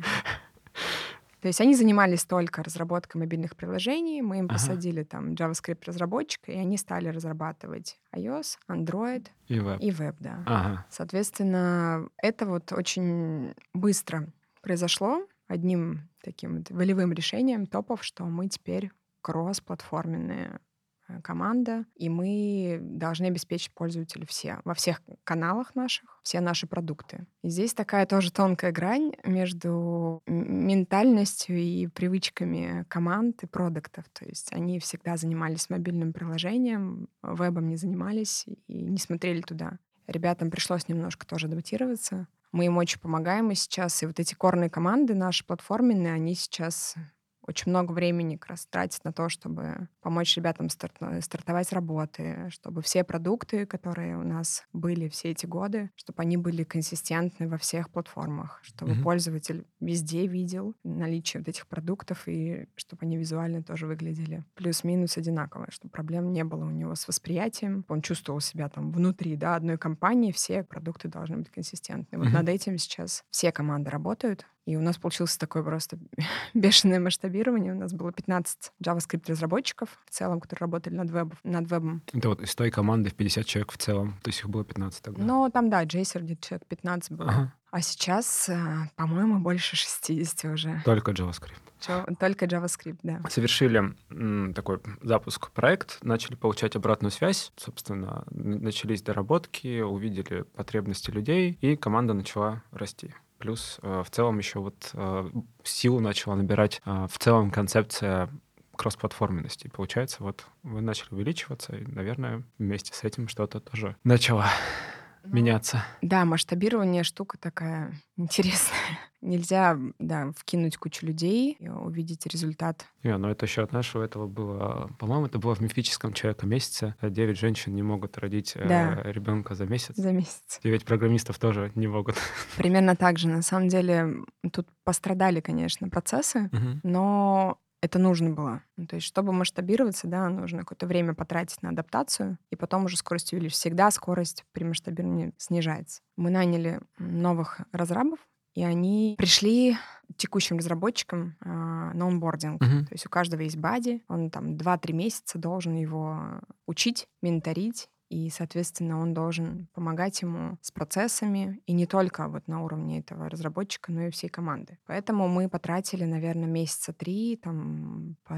То есть они занимались только разработкой мобильных приложений, мы им посадили там JavaScript-разработчика, и они стали разрабатывать iOS, Android И веб. и веб, да. Ага. Соответственно, это вот очень быстро произошло одним таким вот волевым решением топов, что мы теперь кроссплатформенная команда, и мы должны обеспечить пользователю во всех каналах наших, все наши продукты. И здесь такая тоже тонкая грань между ментальностью и привычками команд и продуктов. То есть они всегда занимались мобильным приложением, вебом не занимались и не смотрели туда. Ребятам пришлось немножко тоже адаптироваться. Мы им очень помогаем и сейчас. И вот эти корные команды наши платформенные, они сейчас очень много времени как раз тратят на то, чтобы помочь ребятам стартовать с работы, чтобы все продукты, которые у нас были все эти годы, чтобы они были консистентны во всех платформах, чтобы пользователь везде видел наличие вот этих продуктов и чтобы они визуально тоже выглядели плюс-минус одинаково, чтобы проблем не было у него с восприятием. Он чувствовал себя там внутри, да, одной компании, все продукты должны быть консистентны. Вот над этим сейчас все команды работают. И у нас получилось такое просто бешеное масштабирование. У нас было 15 JavaScript-разработчиков в целом, которые работали над вебом. Это вот из той команды в 50 человек в целом, то есть их было 15 тогда. Но там, да, Джейсер где-то человек 15 было. А сейчас, по-моему, больше 60 уже. Только JavaScript. Только JavaScript, да. Совершили такой запуск проект, начали получать обратную связь, собственно, начались доработки, увидели потребности людей, и команда начала расти. Плюс в целом еще вот силу начала набирать в целом концепция кроссплатформенности. Получается, вот вы начали увеличиваться, и, наверное, вместе с этим что-то тоже начало меняться. Да, масштабирование штука такая интересная. Нельзя, да, вкинуть кучу людей и увидеть результат. Но это еще от нашего этого было... По-моему, это было в мифическом «Человека месяца». 9 женщин не могут родить ребенка за месяц. За месяц. 9 программистов тоже не могут. Примерно так же. На самом деле тут пострадали, конечно, процессы, но это нужно было. То есть, чтобы масштабироваться, да, нужно какое-то время потратить на адаптацию, и потом уже скорость увеличить. Всегда скорость при масштабировании снижается. Мы наняли новых разрабов, и они пришли текущим разработчикам на онбординг. То есть у каждого есть бади, он там 2-3 месяца должен его учить, менторить, и, соответственно, он должен помогать ему с процессами, и не только вот на уровне этого разработчика, но и всей команды. Поэтому мы потратили, наверное, месяца 3, там, по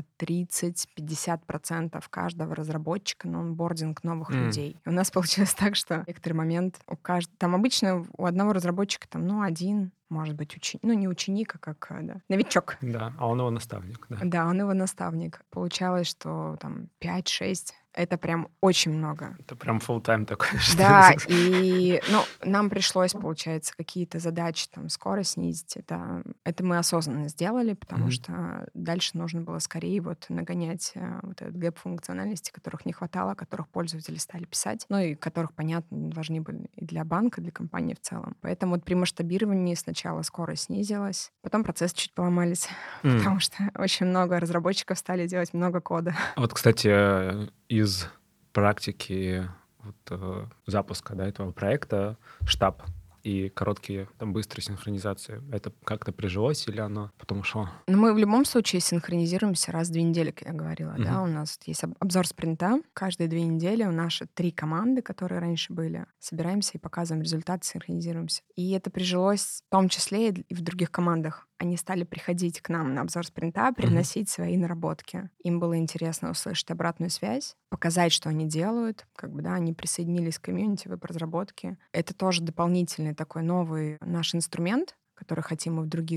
30-50% каждого разработчика на онбординг новых людей. И у нас получилось так, что в некоторый момент там обычно у одного разработчика там, один, может быть, не ученик, а как новичок. Да, а он его наставник. Да, он его наставник. Получалось, что там 5-6. Это прям очень много. Это прям full-time такой. Да, и нам пришлось, получается, какие-то задачи, там, скорость снизить. Это мы осознанно сделали, потому что дальше нужно было скорее вот нагонять вот этот гэп функциональности, которых не хватало, которых пользователи стали писать, и которых, понятно, важны были и для банка, и для компании в целом. Поэтому вот при масштабировании сначала скорость снизилась, потом процессы чуть поломались, потому что очень много разработчиков стали делать много кода. Вот, кстати, из практики запуска этого проекта штаб и короткие, быстрые синхронизации, это как-то прижилось или оно потом ушло? Мы в любом случае синхронизируемся раз в 2 недели, как я говорила. Да? У нас есть обзор спринта. Каждые 2 недели у наши 3 команды, которые раньше были, собираемся и показываем результат, синхронизируемся. И это прижилось в том числе и в других командах. Они стали приходить к нам на обзор спринта, приносить свои наработки. Им было интересно услышать обратную связь, показать, что они делают. Они присоединились к комьюнити веб-разработки. Это тоже дополнительный такой новый наш инструмент, который хотим мы в других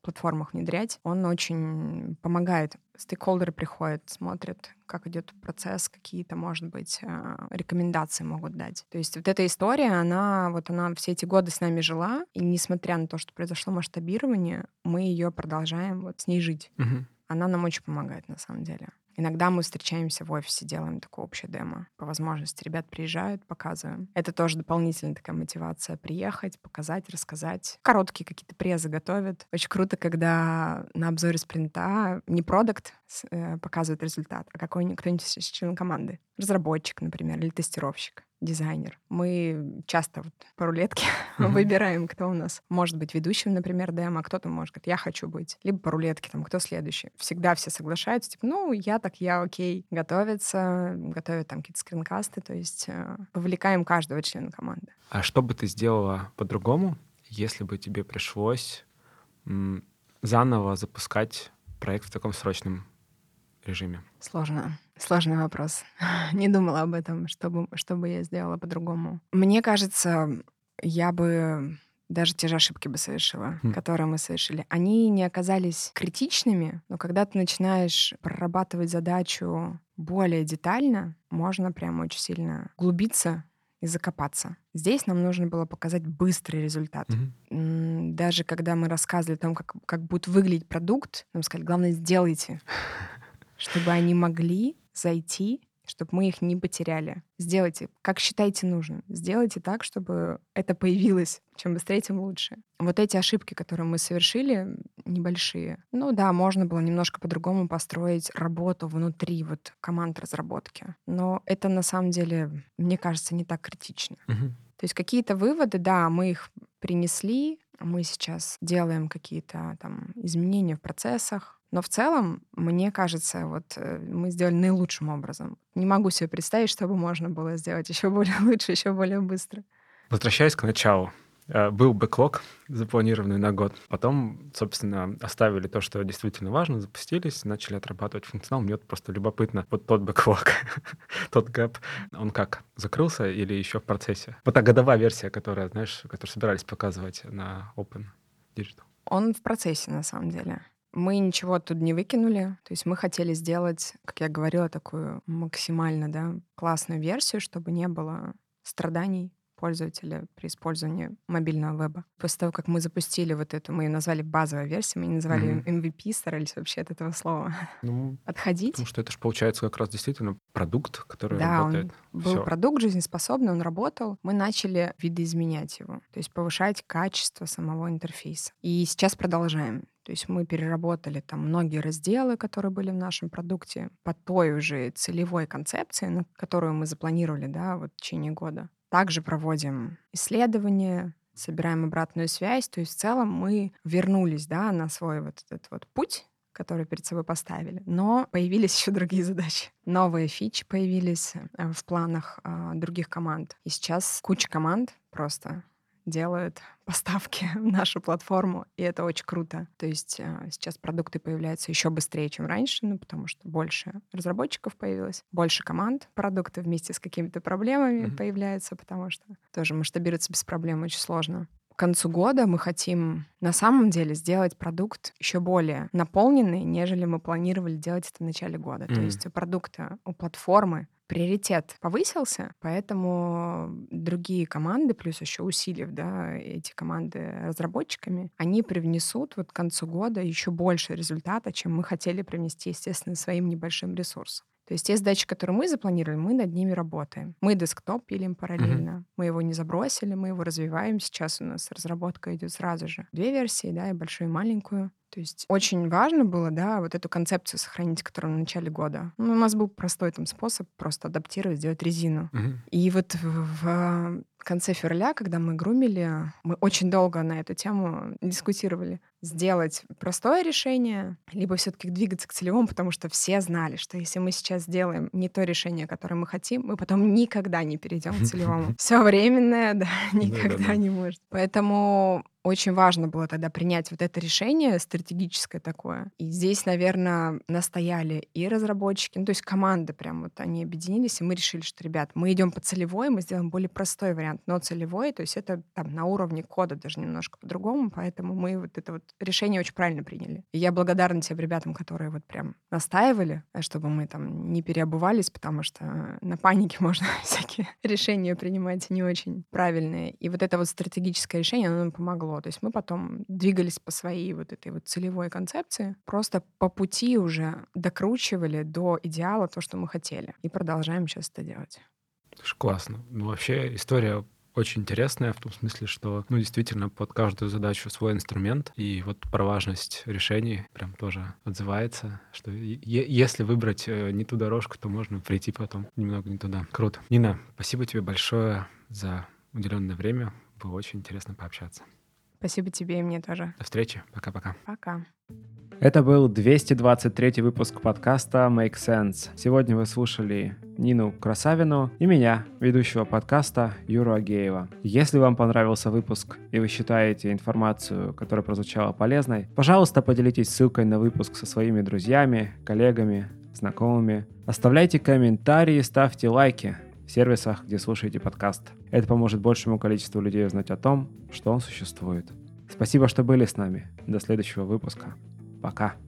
платформах внедрять. Он очень помогает. Стейкхолдеры приходят, смотрят, как идет процесс, какие-то, может быть, рекомендации могут дать. То есть вот эта история, она все эти годы с нами жила, и несмотря на то, что произошло масштабирование, мы ее продолжаем вот с ней жить. Мгм. Она нам очень помогает, на самом деле. Иногда мы встречаемся в офисе, делаем такое общее демо. По возможности ребят приезжают, показываем. Это тоже дополнительная такая мотивация приехать, показать, рассказать. Короткие какие-то презы готовят. Очень круто, когда на обзоре спринта не продукт показывает результат, а кто-нибудь из член команды. Разработчик, например, или тестировщик, дизайнер. Мы часто вот по рулетке Мгм. выбираем, кто у нас может быть ведущим, например, демо, а кто-то может говорить, я хочу быть. Либо по рулетке, там, кто следующий. Всегда все соглашаются, типа, ну, я окей. Готовятся, готовят там какие-то скринкасты, то есть вовлекаем каждого члена команды. А что бы ты сделала по-другому, если бы тебе пришлось заново запускать проект в таком срочном режиме? Сложный вопрос. Не думала об этом, что бы я сделала по-другому. Мне кажется, я бы даже те же ошибки бы совершила, которые мы совершили. Они не оказались критичными, но когда ты начинаешь прорабатывать задачу более детально, можно прям очень сильно углубиться и закопаться. Здесь нам нужно было показать быстрый результат. Мгм. Даже когда мы рассказывали о том, как будет выглядеть продукт, нам сказали, главное, сделайте, чтобы они могли зайти, чтобы мы их не потеряли. Сделайте, как считаете нужным. Сделайте так, чтобы это появилось. Чем быстрее, тем лучше. Вот эти ошибки, которые мы совершили, небольшие. Ну да, можно было немножко по-другому построить работу внутри вот команд разработки. Но это на самом деле, мне кажется, не так критично. Мгм. То есть какие-то выводы, да, мы их принесли, мы сейчас делаем какие-то там изменения в процессах, но в целом, мне кажется, вот мы сделали наилучшим образом. Не могу себе представить, что бы можно было сделать еще более лучше, еще более быстро. Возвращаясь к началу. Был бэклог, запланированный на год. Потом, собственно, оставили то, что действительно важно, запустились, начали отрабатывать функционал. Мне вот просто любопытно, вот тот бэклог, тот гэп, он как, закрылся или еще в процессе? Вот та годовая версия, которая, знаешь, которую собирались показывать на Open Digital. Он в процессе, на самом деле. Мы ничего оттуда не выкинули. То есть мы хотели сделать, как я говорила, такую максимально классную версию, чтобы не было страданий пользователя при использовании мобильного веба. После того, как мы запустили вот эту, мы ее назвали базовой версией, мы не называли ее MVP, старались вообще от этого слова Ну, отходить. потому что это же получается как раз действительно продукт, который Да, работает. он был Всё. продукт жизнеспособный, он работал. Мы начали видоизменять его, то есть повышать качество самого интерфейса. И сейчас продолжаем. То есть мы переработали там многие разделы, которые были в нашем продукте, по той уже целевой концепции, на которую мы запланировали, вот в течение года. Также проводим исследования, собираем обратную связь. То есть в целом мы вернулись, на свой вот этот вот путь, который перед собой поставили. Но появились еще другие задачи. Новые фичи появились в планах других команд. И сейчас куча команд просто делают поставки в нашу платформу, и это очень круто. То есть сейчас продукты появляются еще быстрее, чем раньше, потому что больше разработчиков появилось, больше команд продукты вместе с какими-то проблемами появляются, потому что тоже масштабироваться без проблем очень сложно. К концу года мы хотим на самом деле сделать продукт еще более наполненный, нежели мы планировали делать это в начале года. То есть у продукта, у платформы приоритет повысился, поэтому другие команды, плюс еще усилив эти команды разработчиками, они привнесут вот к концу года еще больше результата, чем мы хотели привнести, естественно, своим небольшим ресурсом. То есть те задачи, которые мы запланировали, мы над ними работаем. Мы десктоп пилим параллельно, мы его не забросили, мы его развиваем. Сейчас у нас разработка идет сразу же. 2 версии, и большую, и маленькую. То есть очень важно было, вот эту концепцию сохранить, которую в начале года. У нас был простой там способ просто адаптировать, сделать резину. И вот в конце февраля, когда мы грумили, мы очень долго на эту тему дискутировали. Сделать простое решение, либо все-таки двигаться к целевому, потому что все знали, что если мы сейчас сделаем не то решение, которое мы хотим, мы потом никогда не перейдем к целевому. Все временное, никогда не может. Поэтому очень важно было тогда принять вот это решение стратегическое такое. И здесь, наверное, настояли и разработчики, ну, то есть команды прям вот они объединились, и мы решили, что, ребят, мы идем по целевой, мы сделаем более простой вариант, но целевой, то есть это там на уровне кода даже немножко по-другому, поэтому мы вот это вот решение очень правильно приняли. И я благодарна тем ребятам, которые вот прям настаивали, чтобы мы там не переобувались, потому что на панике можно всякие решения принимать не очень правильные. И вот это вот стратегическое решение, оно нам помогло. То есть мы потом двигались по своей вот этой вот целевой концепции, просто по пути уже докручивали до идеала то, что мы хотели. И продолжаем сейчас это делать. Слушай, классно. Ну, вообще история очень интересная в том смысле, что, ну, действительно, под каждую задачу свой инструмент, и вот про важность решений прям тоже отзывается, что если выбрать не ту дорожку, то можно прийти потом немного не туда. Круто. Нина, спасибо тебе большое за уделенное время. Было очень интересно пообщаться. Спасибо тебе и мне тоже. До встречи. Пока-пока. Пока. Это был 223 выпуск подкаста Make Sense. Сегодня вы слушали Нину Красавину и меня, ведущего подкаста Юру Агеева. Если вам понравился выпуск и вы считаете информацию, которая прозвучала полезной, пожалуйста, поделитесь ссылкой на выпуск со своими друзьями, коллегами, знакомыми. Оставляйте комментарии, ставьте лайки в сервисах, где слушаете подкаст. Это поможет большему количеству людей узнать о том, что он существует. Спасибо, что были с нами. До следующего выпуска. Пока.